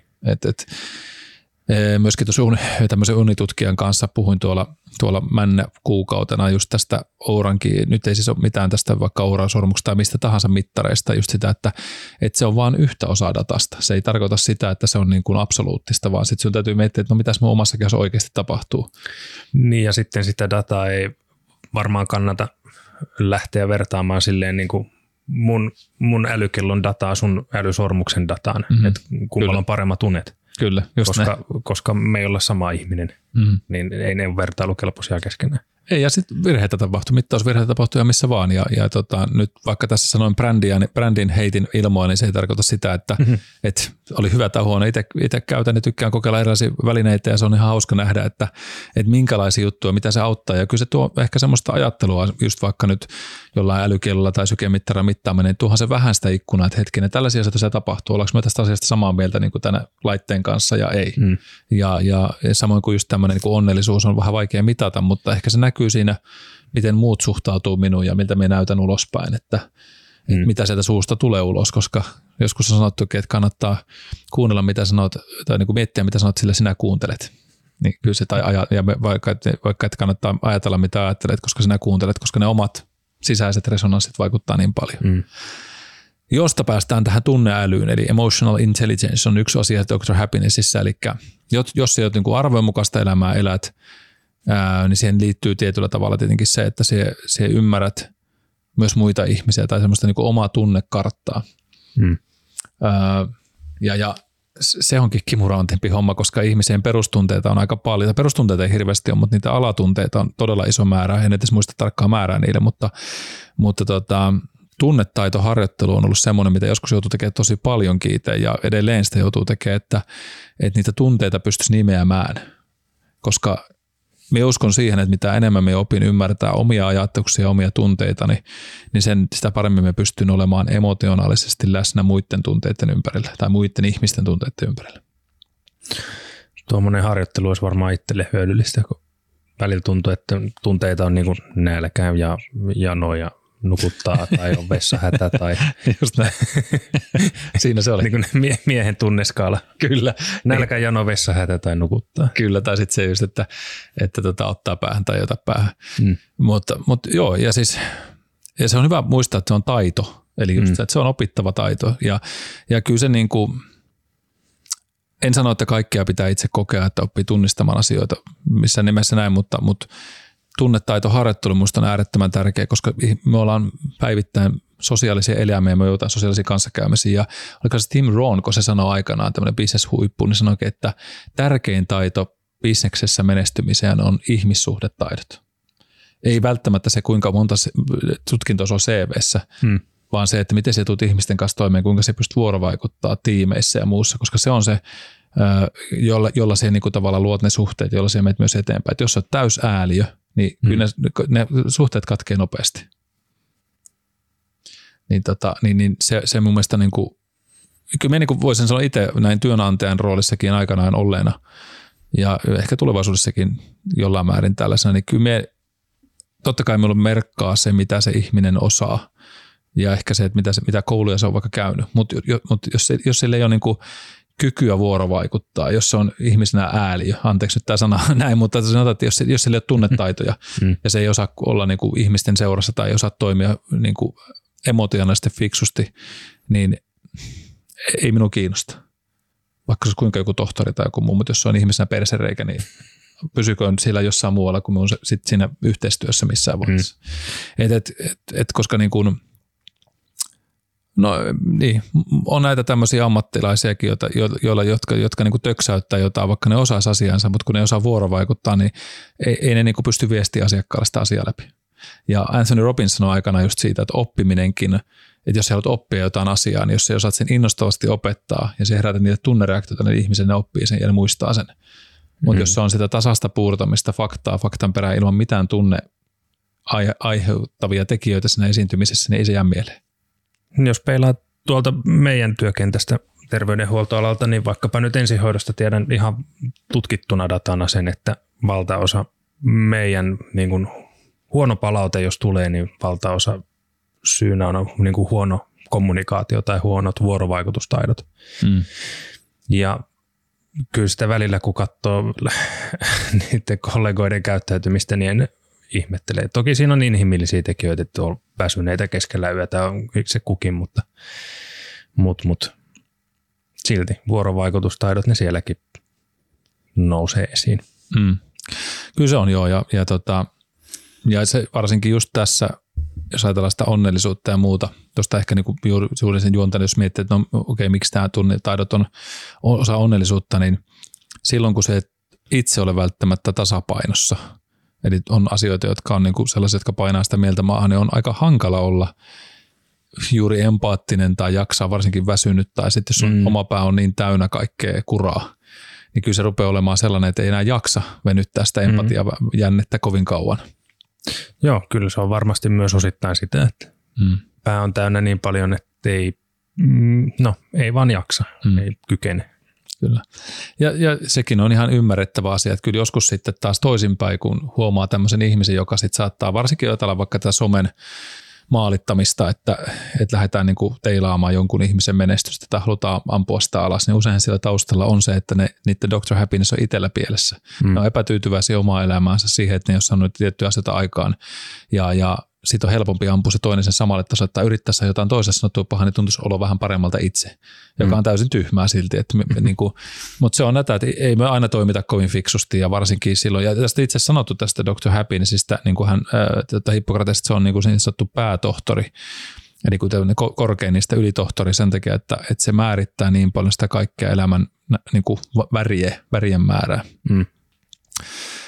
Myöskin tuossa tämmöisen unitutkijan kanssa puhuin tuolla kuukautena just tästä Ourankin, nyt ei siis ole mitään tästä vaikka Oura-sormuksesta tai mistä tahansa mittareista, just sitä, että se on vain yhtä osaa datasta. Se ei tarkoita sitä, että se on niin kuin absoluuttista, vaan sitten sinun täytyy miettiä, että no mitäs mun omassa kehossa oikeasti tapahtuu. Niin ja sitten sitä dataa ei varmaan kannata lähteä vertaamaan silleen niin kuin mun älykellon dataa sun älysormuksen dataan, että kummalla on paremmat unet. Kyllä, koska me ei olla sama ihminen, niin ei ne ole vertailukelpoisia keskenään. Ei, ja sitten virheitä tapahtuu, mittausvirheitä tapahtuu ja missä vaan. Ja nyt vaikka tässä sanoin brändin heitin ilmoin, niin se ei tarkoita sitä, että oli hyvä tai huono. Itse käytän ja tykkään kokeilla erilaisia välineitä ja se on ihan hauska nähdä, että minkälaisia juttuja, mitä se auttaa. Ja kyllä se tuo ehkä semmoista ajattelua, just vaikka nyt jollain älykellolla tai sykemittarilla mittaaminen, niin tuohan se vähän sitä ikkunaa, että hetkinen, tällaisia asioita se tapahtuu. Ollaanko me tästä asiasta samaa mieltä niin kuin tänä laitteen kanssa ja ei. Ja samoin kuin just tämmöinen niin kuin onnellisuus on vähän vaikea mitata, mutta ehkä se näkyy siinä, miten muut suhtautuu minuun ja miltä minä näytän ulospäin, että mitä sieltä suusta tulee ulos, koska joskus on sanottukin, että kannattaa kuunnella mitä sanot, tai niin kuin miettiä mitä sanot, sillä sinä kuuntelet. Niin kyllä se, ja vaikka että kannattaa ajatella mitä ajattelet, koska sinä kuuntelet, koska ne omat sisäiset resonanssit vaikuttaa niin paljon. Josta päästään tähän tunneälyyn, eli emotional intelligence on yksi asia Dr. Happinessissa, eli jos sä niin kuin arvojen mukaista elämää elät, niin siihen liittyy tietyllä tavalla tietenkin se, että se ymmärrät myös muita ihmisiä tai semmoista niin kuin omaa tunnekarttaa. Ja se onkin kimurantempi homma, koska ihmisen perustunteita on aika paljon. Perustunteita ei hirveästi ole, mutta niitä alatunteita on todella iso määrä. En edes muista tarkkaa määrää niille, mutta tunnetaitoharjoittelu on ollut semmoinen, mitä joskus joutuu tekemään tosi paljon kiiteen ja edelleen sitä joutuu tekemään, että niitä tunteita pystyisi nimeämään, koska me uskon siihen, että mitä enemmän me opin ymmärtää omia ajatuksia ja omia tunteita, niin sitä paremmin me pystyn olemaan emotionaalisesti läsnä muiden tunteiden ympärillä tai muiden ihmisten tunteiden ympärillä. Tuommoinen harjoittelu olisi varmaan itselle hyödyllistä, kun välillä tuntuu, että tunteita on niin kuin nälkä ja jano ja nukuttaa tai on vessahätä tai just näin. Siinä se oli. Niin kuin miehen tunneskaala. Kyllä. Nälkä, jano, vessahätä tai nukuttaa. Kyllä, tai sitten se just, että ottaa päähän tai ota päähän. Mutta joo, ja se on hyvä muistaa, että se on taito. Eli just, että se on opittava taito. Ja kyllä se niin kuin, en sano, että kaikkea pitää itse kokea, että oppii tunnistamaan asioita missään nimessä näin, mutta tunnetaitoharjoittelu minusta on äärettömän tärkeä, koska me ollaan päivittäin sosiaalisia eläimiä, me joudutaan sosiaalisia kanssakäymisiä. Ja oliko se Tim Rohn, kun se sanoi aikanaan, tämmöinen business-huippu, niin sanoi, että tärkein taito bisneksessä menestymiseen on ihmissuhdetaidot. Ei välttämättä se, kuinka monta tutkintoa on CV:ssä, vaan se, että miten se tulet ihmisten kanssa toimeen, kuinka se pystyt vuorovaikuttaa tiimeissä ja muussa, koska se on se, jolla se niin kuin tavallaan luot ne suhteet, jolla se menet myös eteenpäin. Et jos olet täysääliö, niin kyllä ne suhteet katkee nopeasti. Niin se mun mielestä, niin kuin, kyllä me niin kuin voisin sanoa itse näin työnantajan roolissakin aikanaan olleena, ja ehkä tulevaisuudessakin jollain määrin tällaisena, niin kyllä me, totta kai meillä on merkkaa se, mitä se ihminen osaa, ja ehkä se, että mitä kouluja se on vaikka käynyt, mutta jos sillä ei ole niin kuin kykyä vuorovaikuttaa, jos se on ihmisenä ääliö, anteeksi nyt tämä sana näin, mutta sanotaan, että jos sillä ei ole tunnetaitoja ja se ei osaa olla niin kuin ihmisten seurassa tai ei osaa toimia niin kuin emotionaalisesti fiksusti, niin ei minua kiinnosta. Vaikka se olisi kuinka joku tohtori tai joku muu, mutta jos se on ihmisenä persereikä, niin pysyköön siellä jossain muualla kuin minun sitten siinä yhteistyössä missään vaiheessa. Koska niin kuin no niin, on näitä tämmöisiä ammattilaisiakin, jotka niin kuin töksäyttää jotain, vaikka ne osaisi asiansa, mutta kun ne osaa vuorovaikuttaa, niin ei ne niin kuin pysty viestiä asiakkaalle sitä asiaa läpi. Ja Anthony Robbins sanoi aikana just siitä, että oppiminenkin, että jos sä haluat oppia jotain asiaa, niin jos sä osaat sen innostavasti opettaa ja se herätä niitä tunnereaktioita, niin ihmisen ne oppii sen ja ne muistaa sen. Mutta jos se on sitä tasasta puurtamista faktan perään ilman mitään tunne aiheuttavia tekijöitä siinä esiintymisessä, niin ei se jää mieleen. Jos peilaa tuolta meidän työkentästä terveydenhuoltoalalta, niin vaikkapa nyt ensihoidosta tiedän ihan tutkittuna datana sen, että valtaosa meidän niin kuin huono palaute, jos tulee, niin valtaosa syynä on niin kuin huono kommunikaatio tai huonot vuorovaikutustaidot. Ja kyllä sitä välillä, kun katsoo niiden kollegoiden käyttäytymistä, niin en ihmettelee. Toki siinä on inhimillisiä tekijöitä, että on väsyneitä keskellä yötä, on se kukin, mutta silti vuorovaikutustaidot, ne sielläkin nousee esiin. Kyllä se on joo, ja se varsinkin just tässä, jos ajatellaan sitä onnellisuutta ja muuta, tuosta ehkä niinku juuri sen juontan, jos miettii, että no okei, miksi tämä tunnetaidot on osa onnellisuutta, niin silloin kun se et itse ole välttämättä tasapainossa, eli on asioita, jotka on niinku sellaisia, jotka painaa sitä mieltä maahan, niin on aika hankala olla juuri empaattinen tai jaksaa varsinkin väsynyt, tai sitten jos oma pää on niin täynnä kaikkea kuraa, niin kyllä se rupeaa olemaan sellainen, että ei enää jaksa venyttää sitä empatiajännettä kovin kauan. Joo, kyllä se on varmasti myös osittain sitä, että pää on täynnä niin paljon, että ei vaan jaksa, ei kykene. Kyllä. Ja sekin on ihan ymmärrettävä asia, että kyllä joskus sitten taas toisinpäin, kun huomaa tämmöisen ihmisen, joka sitten saattaa varsinkin ajatella vaikka tätä somen maalittamista, että lähdetään niin kuin teilaamaan jonkun ihmisen menestystä tai halutaan ampua sitä alas, niin usein siellä taustalla on se, että niiden Dr. Happiness on itsellä pielessä. Ne on epätyytyväisiä omaa elämäänsä siihen, että ne ei ole saanut tiettyjä asioita aikaan ja siitä on helpompi ampua se toinen sen samalle tasolle, että yrittäessä jotain toisessa sanottua pahaa, niin tuntuisi olo vähän paremmalta itse, joka on täysin tyhmää silti. Mutta se on näitä, että ei me aina toimita kovin fiksusti ja varsinkin silloin, ja tästä itse sanottu tästä Dr. Happinessista, niin kuin Hippokratesista, se on niin kuin niin sanottu päätohtori, eli kuin korkein niistä ylitohtori sen takia, että se määrittää niin paljon sitä kaikkea elämän niin kuin värien määrää.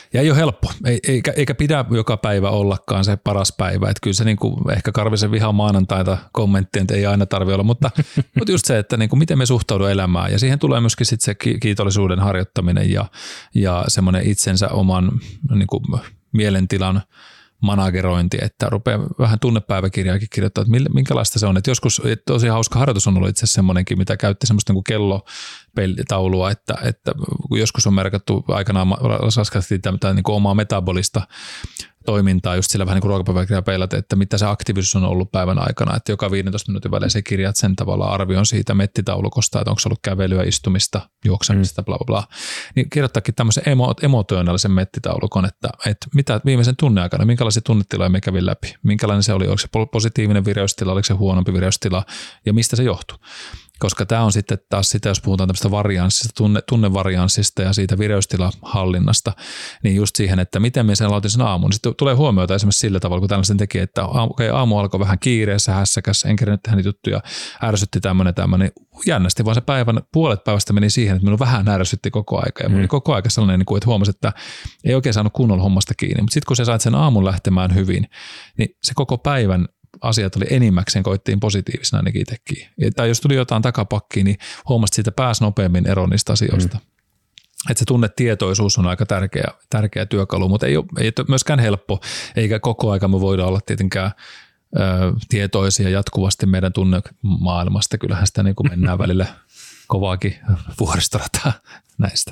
Ja ei ole helppo, eikä pidä joka päivä ollakaan se paras päivä. Että kyllä se niin kuin, ehkä Karvisen viha maanantaita kommenttien ei aina tarvitse olla, mutta just se, että niin kuin, miten me suhtaudumme elämään. Ja siihen tulee myöskin sit se kiitollisuuden harjoittaminen ja semmoinen itsensä oman niin kuin, mielentilan managerointi, että rupeaa vähän tunnepäiväkirjaakin kirjoittaa, että minkälaista se on. Että joskus tosi hauska harjoitus on ollut itse asiassa semmoinenkin, mitä käytti semmoista niin kellotaulua, että kun joskus on merkattu aikanaan raskasti tämmöistä niin omaa metabolista toimintaa just sillä vähän niin kuin ruokapäiväkirjaa peilata, että mitä se aktiivisuus on ollut päivän aikana, että joka 15 minuutin välein se kirjat sen tavalla arvion siitä mettitaulukosta, että onko se ollut kävelyä, istumista, juoksemista, bla bla bla. Niin kirjoittaakin tämmöisen emotionaalisen mettitaulukon, että mitä viimeisen tunnin aikana, minkälaisia tunnetiloja me kävin läpi, minkälainen se oli, oliko se positiivinen vireystila, oliko se huonompi vireystila ja mistä se johtuu. Koska tämä on sitten taas sitä, jos puhutaan tämmöistä varianssista, tunnevarianssista ja siitä vireystilahallinnasta, niin just siihen, että miten me sen aloitin sen aamun. Sitten tulee huomioita esimerkiksi sillä tavalla, kun tällaisen teki, että aamu alkoi vähän kiireessä, hässäkässä, en kerännyt tehdä niitä juttuja, ärsytti tämmöinen. Jännästi, vaan se puolet päivästä meni siihen, että minun vähän ärsytti koko aika. Ja oli koko aika sellainen, että huomasi, että ei oikein saanut kunnolla hommasta kiinni. Mutta sitten kun sä sait sen aamun lähtemään hyvin, niin se koko päivän asiat oli enimmäkseen, koittiin positiivisena ainakin itsekin. Tai jos tuli jotain takapakkiin, niin huomasi, että siitä pääsi nopeammin eroon niistä asioista. Että se tunnetietoisuus on aika tärkeä työkalu, mutta ei ole myöskään helppo, eikä koko aika me voida olla tietenkään tietoisia jatkuvasti meidän tunnemaailmasta. Kyllähän sitä niin kuin mennään välillä kovaakin vuoristorataa näistä.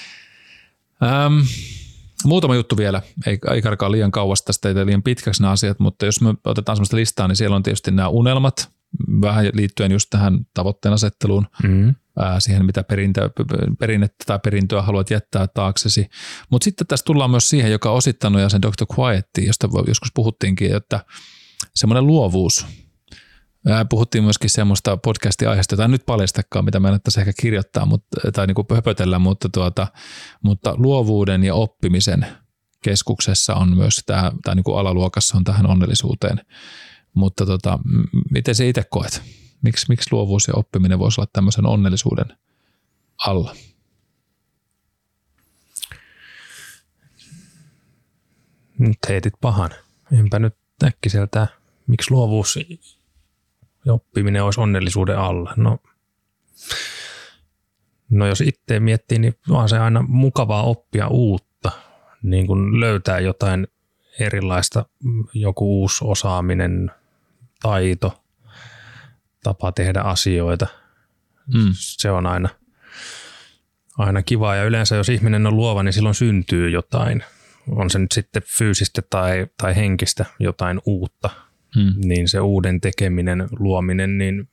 Muutama juttu vielä, ei karkaa liian kauas tästä, ei liian pitkäksi nämä asiat, mutta jos me otetaan sellaista listaa, niin siellä on tietysti nämä unelmat, vähän liittyen just tähän tavoitteen asetteluun, siihen mitä perinnettä tai perintöä haluat jättää taaksesi. Mutta sitten tässä tullaan myös siihen, joka on osittanut ja sen Dr. Quiettiin, josta joskus puhuttiinkin, että semmoinen luovuus. Puhuttiin myöskin semmoista podcastia-aiheesta, jota en nyt paljastakaan, mitä me alettaisiin ehkä kirjoittaa tai niin kuin höpötellä, mutta luovuuden ja oppimisen keskuksessa on myös tämä niin kuin alaluokassa on tähän onnellisuuteen. Mutta miten se itse koet? Miksi luovuus ja oppiminen voisi olla tämmöisen onnellisuuden alla? Nyt heitit pahan. Enpä nyt äkkiseltä, miksi luovuus ja oppiminen olisi onnellisuuden alla. No jos itse miettii, niin on se aina mukavaa oppia uutta, niin kun löytää jotain erilaista, joku uusi osaaminen, taito, tapa tehdä asioita. Se on aina kivaa ja yleensä jos ihminen on luova, niin silloin syntyy jotain. On se nyt sitten fyysistä tai henkistä jotain uutta. Niin se uuden tekeminen, luominen, niin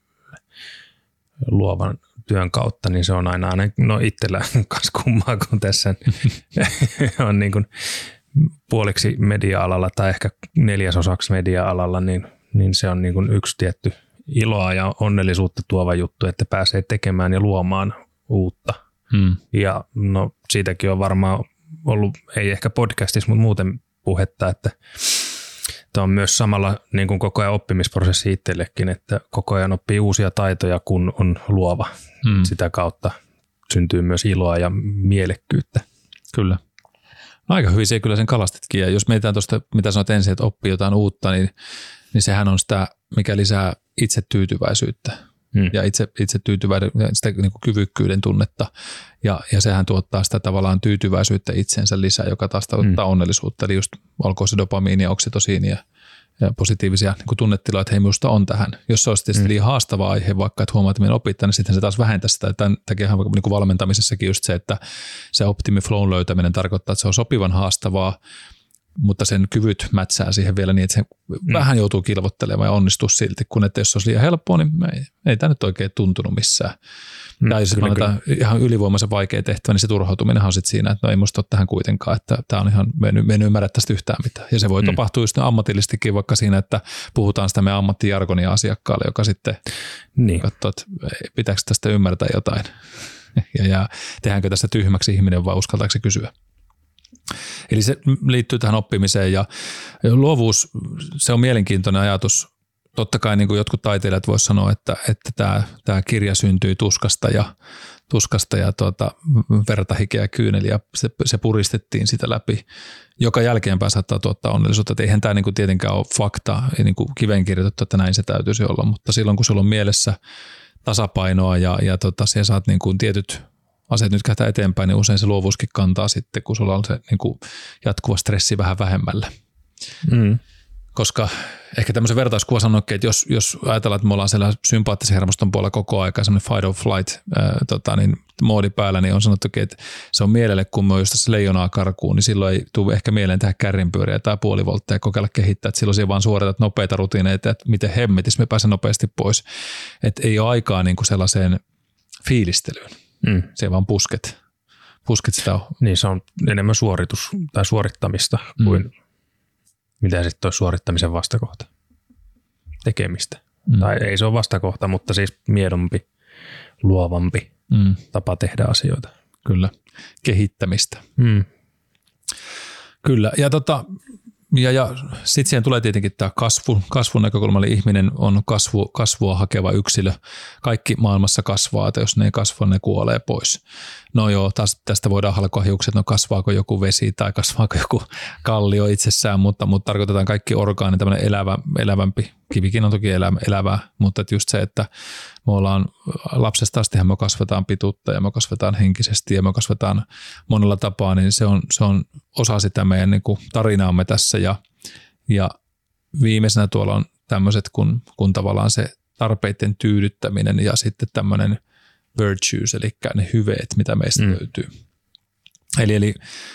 luovan työn kautta, niin se on aina itsellä kanssa kummaa, kun tässä on niin kuin puoliksi media-alalla tai ehkä 4/4 media-alalla, niin se on niin kuin yksi tietty iloa ja onnellisuutta tuova juttu, että pääsee tekemään ja luomaan uutta. Ja siitäkin on varmaan ollut, ei ehkä podcastissa, mutta muuten puhetta, että tämä on myös samalla niin kuin koko ajan oppimisprosessi itsellekin, että koko ajan oppii uusia taitoja, kun on luova. Sitä kautta syntyy myös iloa ja mielekkyyttä. Kyllä. No aika hyvin se kyllä sen kalastitkin. Ja jos mietitään tuosta, mitä sanot ensin, että oppii jotain uutta, niin sehän on sitä, mikä lisää itsetyytyväisyyttä. Ja itsetyytyväisyyttä, sitä niin kuin kyvykkyyden tunnetta. Ja sehän tuottaa sitä tavallaan tyytyväisyyttä itsensä lisää, joka taas tuottaa onnellisuutta. Eli just olkoon se dopamiini ja oksitosiini ja positiivisia niin kuin tunnetiloja, että hei, minusta on tähän. Jos se olisi tietysti liian haastava aihe, vaikka että huomaa, että minä opittaa, niin sitten se taas vähentää sitä. Tämän takia niin kuin valmentamisessakin just se, että se optimiflown löytäminen tarkoittaa, että se on sopivan haastavaa, mutta sen kyvyt mätsää siihen vielä niin, että se vähän joutuu kilvoittelemaan ja onnistuu silti, kun että jos se olisi liian helppoa, niin ei tämä nyt oikein tuntunut missään. Tai jos on ihan ylivoimaisen vaikea tehtävä, niin se turhautuminenhan on sitten siinä, että no ei musta ole tähän kuitenkaan, että tämä on ihan, me en ymmärrä tästä yhtään mitään. Ja se voi tapahtua just ammatillistikin vaikka siinä, että puhutaan sitä meidän ammattijargonia asiakkaalle, joka sitten katsoo, että pitääkö tästä ymmärtää jotain. ja tehdäänkö tästä tyhmäksi ihminen vai uskaltaako se kysyä. Eli se liittyy tähän oppimiseen ja luovuus, se on mielenkiintoinen ajatus totta kai niin kuin jotkut taiteilijat voisivat sanoa, että tämä kirja syntyi tuskasta ja verta, hikeä ja kyyneliä, se puristettiin sitä läpi, joka jälkeenpäin saattaa tuottaa onnellisuutta. Et eihän tämä niin kuin tietenkään ole fakta, ei niin kuin kiveen kirjoitettu, että näin se täytyisi olla, mutta silloin kun sulla on mielessä tasapainoa ja siellä saat niin kuin tietyt asiat nyt kähtää eteenpäin, niin usein se luovuuskin kantaa sitten, kun sulla on se niin kuin jatkuva stressi vähän vähemmällä. Koska ehkä tämmöisen vertauskuva sanoo, että jos ajatellaan, että me ollaan siellä sympaattisen hermoston puolella koko aika, semmoinen fight or flight moodi päällä, niin on sanottukin, että se on mielelle, kun me on just tässä leijonaa karkuun, niin silloin ei tule ehkä mieleen tehdä kärrinpyöriä tai puolivoltteja ja kokeilla kehittää, että silloin siellä vaan suoritat nopeita rutiineita, että miten hemmetis me pääsen nopeasti pois. Että ei ole aikaa niin kuin sellaiseen fiilistelyyn. Se vaan pusket sitä on. Niin se on enemmän suoritus tai suorittamista kuin mitä sitten on suorittamisen vastakohta. Tekemistä. Tai ei se ole vastakohta, mutta siis miedompi, luovampi tapa tehdä asioita. Kyllä, kehittämistä. Kyllä, ja sitten siihen tulee tietenkin tämä kasvun näkökulma, eli ihminen on kasvua hakeva yksilö. Kaikki maailmassa kasvaa, että jos ne ei kasva, ne kuolee pois. No joo, taas tästä voidaan halkoa hiukset, no kasvaako joku vesi tai kasvaako joku kallio itsessään, mutta tarkoitetaan kaikki orgaani, tämmöinen elävämpi. Kivikin on toki elävää, mutta just se, että me ollaan lapsesta astihan me kasvetaan pituutta ja me kasvetaan henkisesti ja me kasvetaan monella tapaa, niin se on osa sitä meidän niin kuin tarinaamme tässä ja viimeisenä tuolla on tämmöiset kun tavallaan se tarpeiden tyydyttäminen ja sitten tämmöinen virtues, eli ne hyveet, mitä meistä löytyy. Eli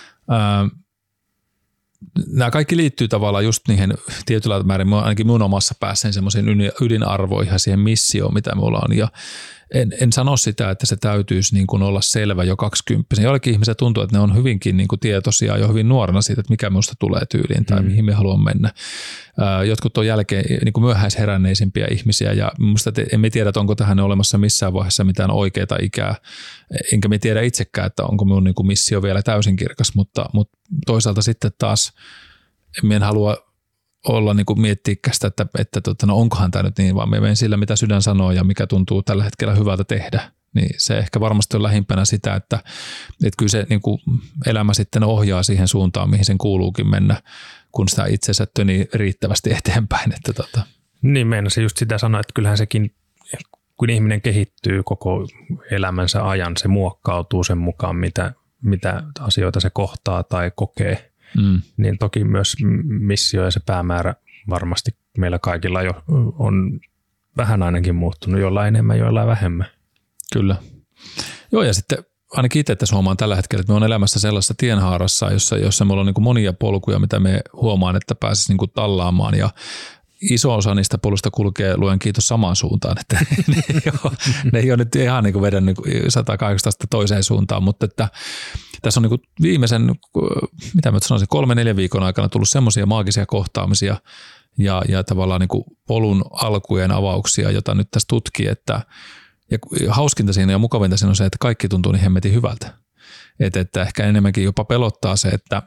nämä kaikki liittyy tavallaan just niihin tietyllä määrin, ainakin mun omassa päässäni semmoisiin ydinarvoihin ja siihen missioon, mitä me ollaan. Ja en sano sitä, että se täytyisi niin kuin olla selvä jo 20. Joillekin ihmisille tuntuu, että ne on hyvinkin niin kuin tietoisia jo hyvin nuorena siitä, että mikä minusta tulee tyyliin tai mihin me haluamme mennä. Jotkut on jälkeen niin kuin myöhäisheränneisimpiä ihmisiä ja minusta emme tiedä, että onko tähän olemassa missään vaiheessa mitään oikeaa ikää. Enkä me tiedä itsekään, että onko minun niin kuin missio vielä täysin kirkas, mutta toisaalta sitten taas en halua olla niin kuin miettiikästä, että no onkohan tämä nyt niin, vaan me menen sillä, mitä sydän sanoo ja mikä tuntuu tällä hetkellä hyvältä tehdä. Niin se ehkä varmasti on lähimpänä sitä, että kyllä se niin kuin elämä sitten ohjaa siihen suuntaan, mihin sen kuuluukin mennä, kun sitä itsensä töni riittävästi eteenpäin. Niin meinasin just sitä sanoa, että kyllähän sekin, kun ihminen kehittyy koko elämänsä ajan, se muokkautuu sen mukaan, mitä asioita se kohtaa tai kokee. Niin toki myös missio ja se päämäärä varmasti meillä kaikilla jo on vähän ainakin muuttunut, jollain enemmän, jollain vähemmän. Kyllä. Joo, ja sitten ainakin itse tässä huomaan tällä hetkellä, että me on elämässä sellaisessa tienhaarassa, jossa meillä on niin kuin monia polkuja, mitä me huomaan, että pääsisi niin kuin tallaamaan, ja iso osa niistä polusta kulkee, luen kiitos, samaan suuntaan, että ne ei ole nyt ihan niin kuin vedän 180 toiseen suuntaan, mutta että tässä on niin kuin viimeisen, mitä mä sanoisin, 3-4 viikon aikana tullut semmoisia maagisia kohtaamisia ja tavallaan niin kuin polun alkujen avauksia, jota nyt tässä tutkii, että ja hauskinta siinä ja mukavinta siinä on se, että kaikki tuntuu niin hemmetin hyvältä. Että ehkä enemmänkin jopa pelottaa se, että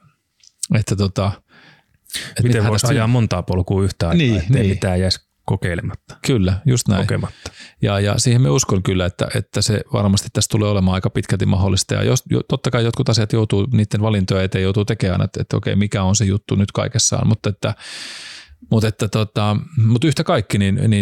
miten voisi ajaa montaa polkua yhtä aikaa, ettei mitään jäisi kokeilematta. Kyllä, just näin. Kokematta. Ja siihen me uskon kyllä, että se varmasti tässä tulee olemaan aika pitkälti mahdollista. Ja totta kai jotkut asiat joutuu, niiden valintoja eteen joutuu tekemään, että okei, mikä on se juttu nyt kaikessaan. Mutta yhtä kaikki,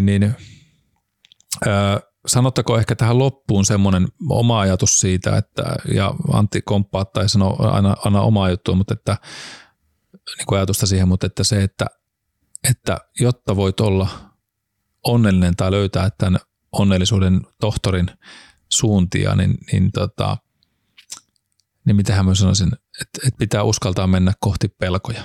sanottako ehkä tähän loppuun semmoinen oma ajatus siitä, ja Antti komppaa tai sanoo aina omaa juttua, mutta että niin kuin ajatusta siihen, mutta että se, että jotta voit olla onnellinen tai löytää tämän onnellisuuden tohtorin suuntia, niin mitähän mä sanoisin, että pitää uskaltaa mennä kohti pelkoja.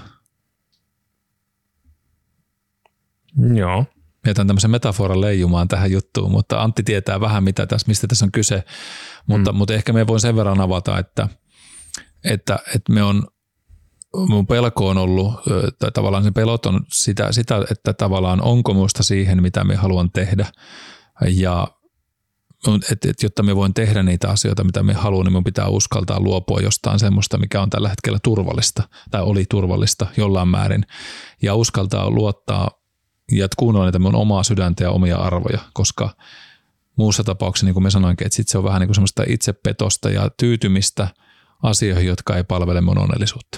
Joo. Jätän tämmöisen metaforan leijumaan tähän juttuun, mutta Antti tietää vähän mistä tässä on kyse, mutta ehkä me voin sen verran avata, että mun pelko on ollut, tai tavallaan se pelot on sitä, että tavallaan onko musta siihen, mitä me haluan tehdä. Ja jotta me voin tehdä niitä asioita, mitä me haluan, niin mun pitää uskaltaa luopua jostain semmoista, mikä on tällä hetkellä turvallista, tai oli turvallista jollain määrin. Ja uskaltaa luottaa ja kuunnella niitä mun omaa sydäntä ja omia arvoja, koska muussa tapauksessa, niin kuin mä sanoinkin, että sitten se on vähän niin kuin semmoista itsepetosta ja tyytymistä asioihin, jotka ei palvele mun onnellisuutta.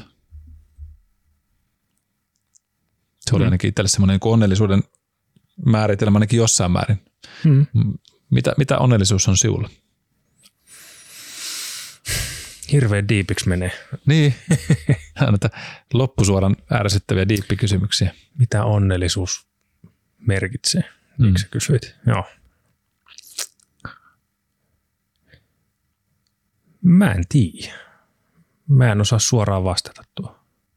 Se oli ainakin itselle semmoinen niin onnellisuuden määritelmä ainakin jossain määrin. Mitä onnellisuus on sinulla? Hirveän diipiksi menee. Niin, näitä loppusuoran ärsyttäviä diippikysymyksiä. Mitä onnellisuus merkitsee? Miksi kysyit? Joo. Mä en tiedä. Mä en osaa suoraan vastata tuohon.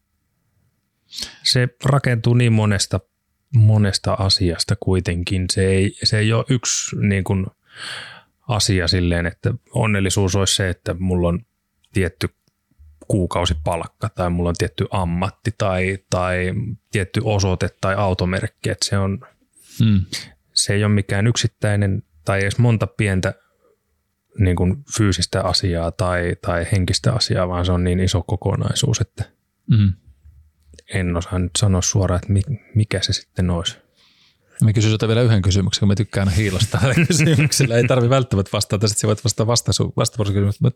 Se rakentuu niin monesta asiasta kuitenkin. Se ei ole yksi niin kuin asia silleen, että onnellisuus olisi se, että mulla on tietty kuukausipalkka tai mulla on tietty ammatti tai tietty osoite tai automerkki. Että se ei ole mikään yksittäinen tai edes monta pientä niin kuin fyysistä asiaa tai henkistä asiaa, vaan se on niin iso kokonaisuus, että en osaa nyt sanoa suoraan, että mikä se sitten olisi. Mä kysyn vielä yhden kysymyksen, kun mä tykkään hiilostaa kysymyksillä. Ei tarvitse välttämättä vastata, sitten voit vastata vastavuorokysymyksiä.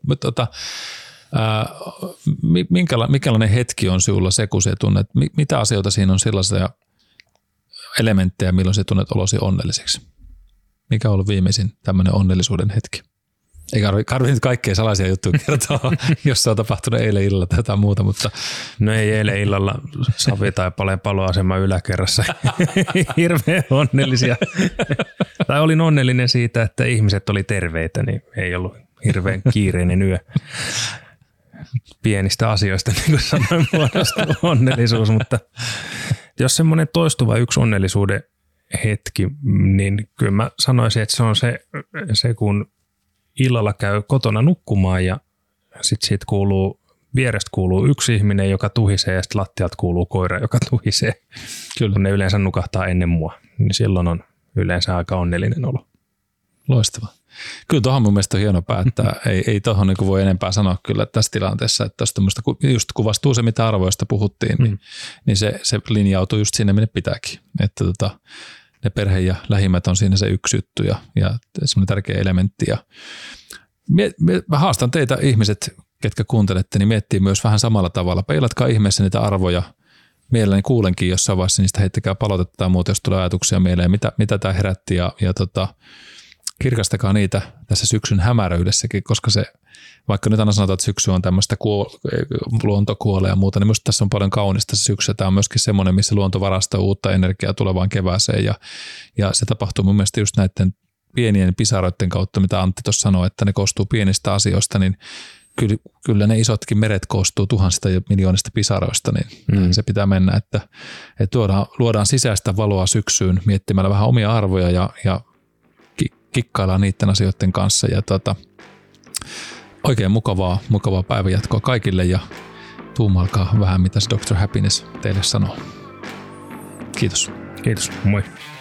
Minkälainen hetki on sinulla se, kun se tunnet, mitä asioita siinä on sellaisia elementtejä, milloin se tunnet olosi onnelliseksi? Mikä on ollut viimeisin tämmöinen onnellisuuden hetki? Ei karvi nyt kaikkea salaisia juttuja kertoa, jos se on tapahtunut eilen illalla tai jotain muuta, mutta... No ei eilen illalla Savitaipaleen paloaseman yläkerrassa hirveän onnellisia. Tai olin onnellinen siitä, että ihmiset oli terveitä, niin ei ollut hirveän kiireinen yö. Pienistä asioista, niin kuin sanoin, muodostuu onnellisuus, mutta jos semmoinen toistuva yksi onnellisuuden hetki, niin kyllä mä sanoisin, että se on se kun illalla käy kotona nukkumaan ja sitten vierestä kuuluu yksi ihminen, joka tuhisee ja sitten lattialta kuuluu koira, joka tuhisee. Kyllä. Kun ne yleensä nukahtaa ennen mua, niin silloin on yleensä aika onnellinen olo. Loistavaa. Kyllä tuohon mun mielestä on hieno päättää. Ei tuohon niin voi enempää sanoa kyllä tässä tilanteessa, että just kuvastuu se, mitä arvoista puhuttiin, niin se linjautuu just sinne, minne pitääkin. Että ne perhe ja lähimmät on siinä se yksi juttu ja semmoinen tärkeä elementti. Ja mä haastan teitä ihmiset, ketkä kuuntelette, niin miettii myös vähän samalla tavalla. Peilatkaa ihmeessä niitä arvoja. Mielelläni kuulenkin jossain vaiheessa niistä, heittäkää palautetta tai muuta, jos tulee ajatuksia mieleen, mitä tämä herätti ja kirkastakaa niitä tässä syksyn hämäryydessäkin, koska se, vaikka nyt aina sanotaan, että syksy on tämmöistä luonto kuolee ja muuta, niin minusta tässä on paljon kaunista se syksy. Tämä on myöskin semmoinen, missä luonto varastaa uutta energiaa tulevaan kevääseen ja se tapahtuu mun mielestä just näiden pienien pisaroiden kautta, mitä Antti tuossa sanoi, että ne koostuu pienistä asioista, niin kyllä ne isotkin meret koostuu tuhansista ja miljoonista pisaroista, niin se pitää mennä, että luodaan sisäistä valoa syksyyn miettimällä vähän omia arvoja ja kikkaillaan niiden asioiden kanssa ja oikein mukavaa päivänjatkoa kaikille ja tuumalkaa vähän, mitä Dr. Happiness teille sanoo. Kiitos. Kiitos. Moi.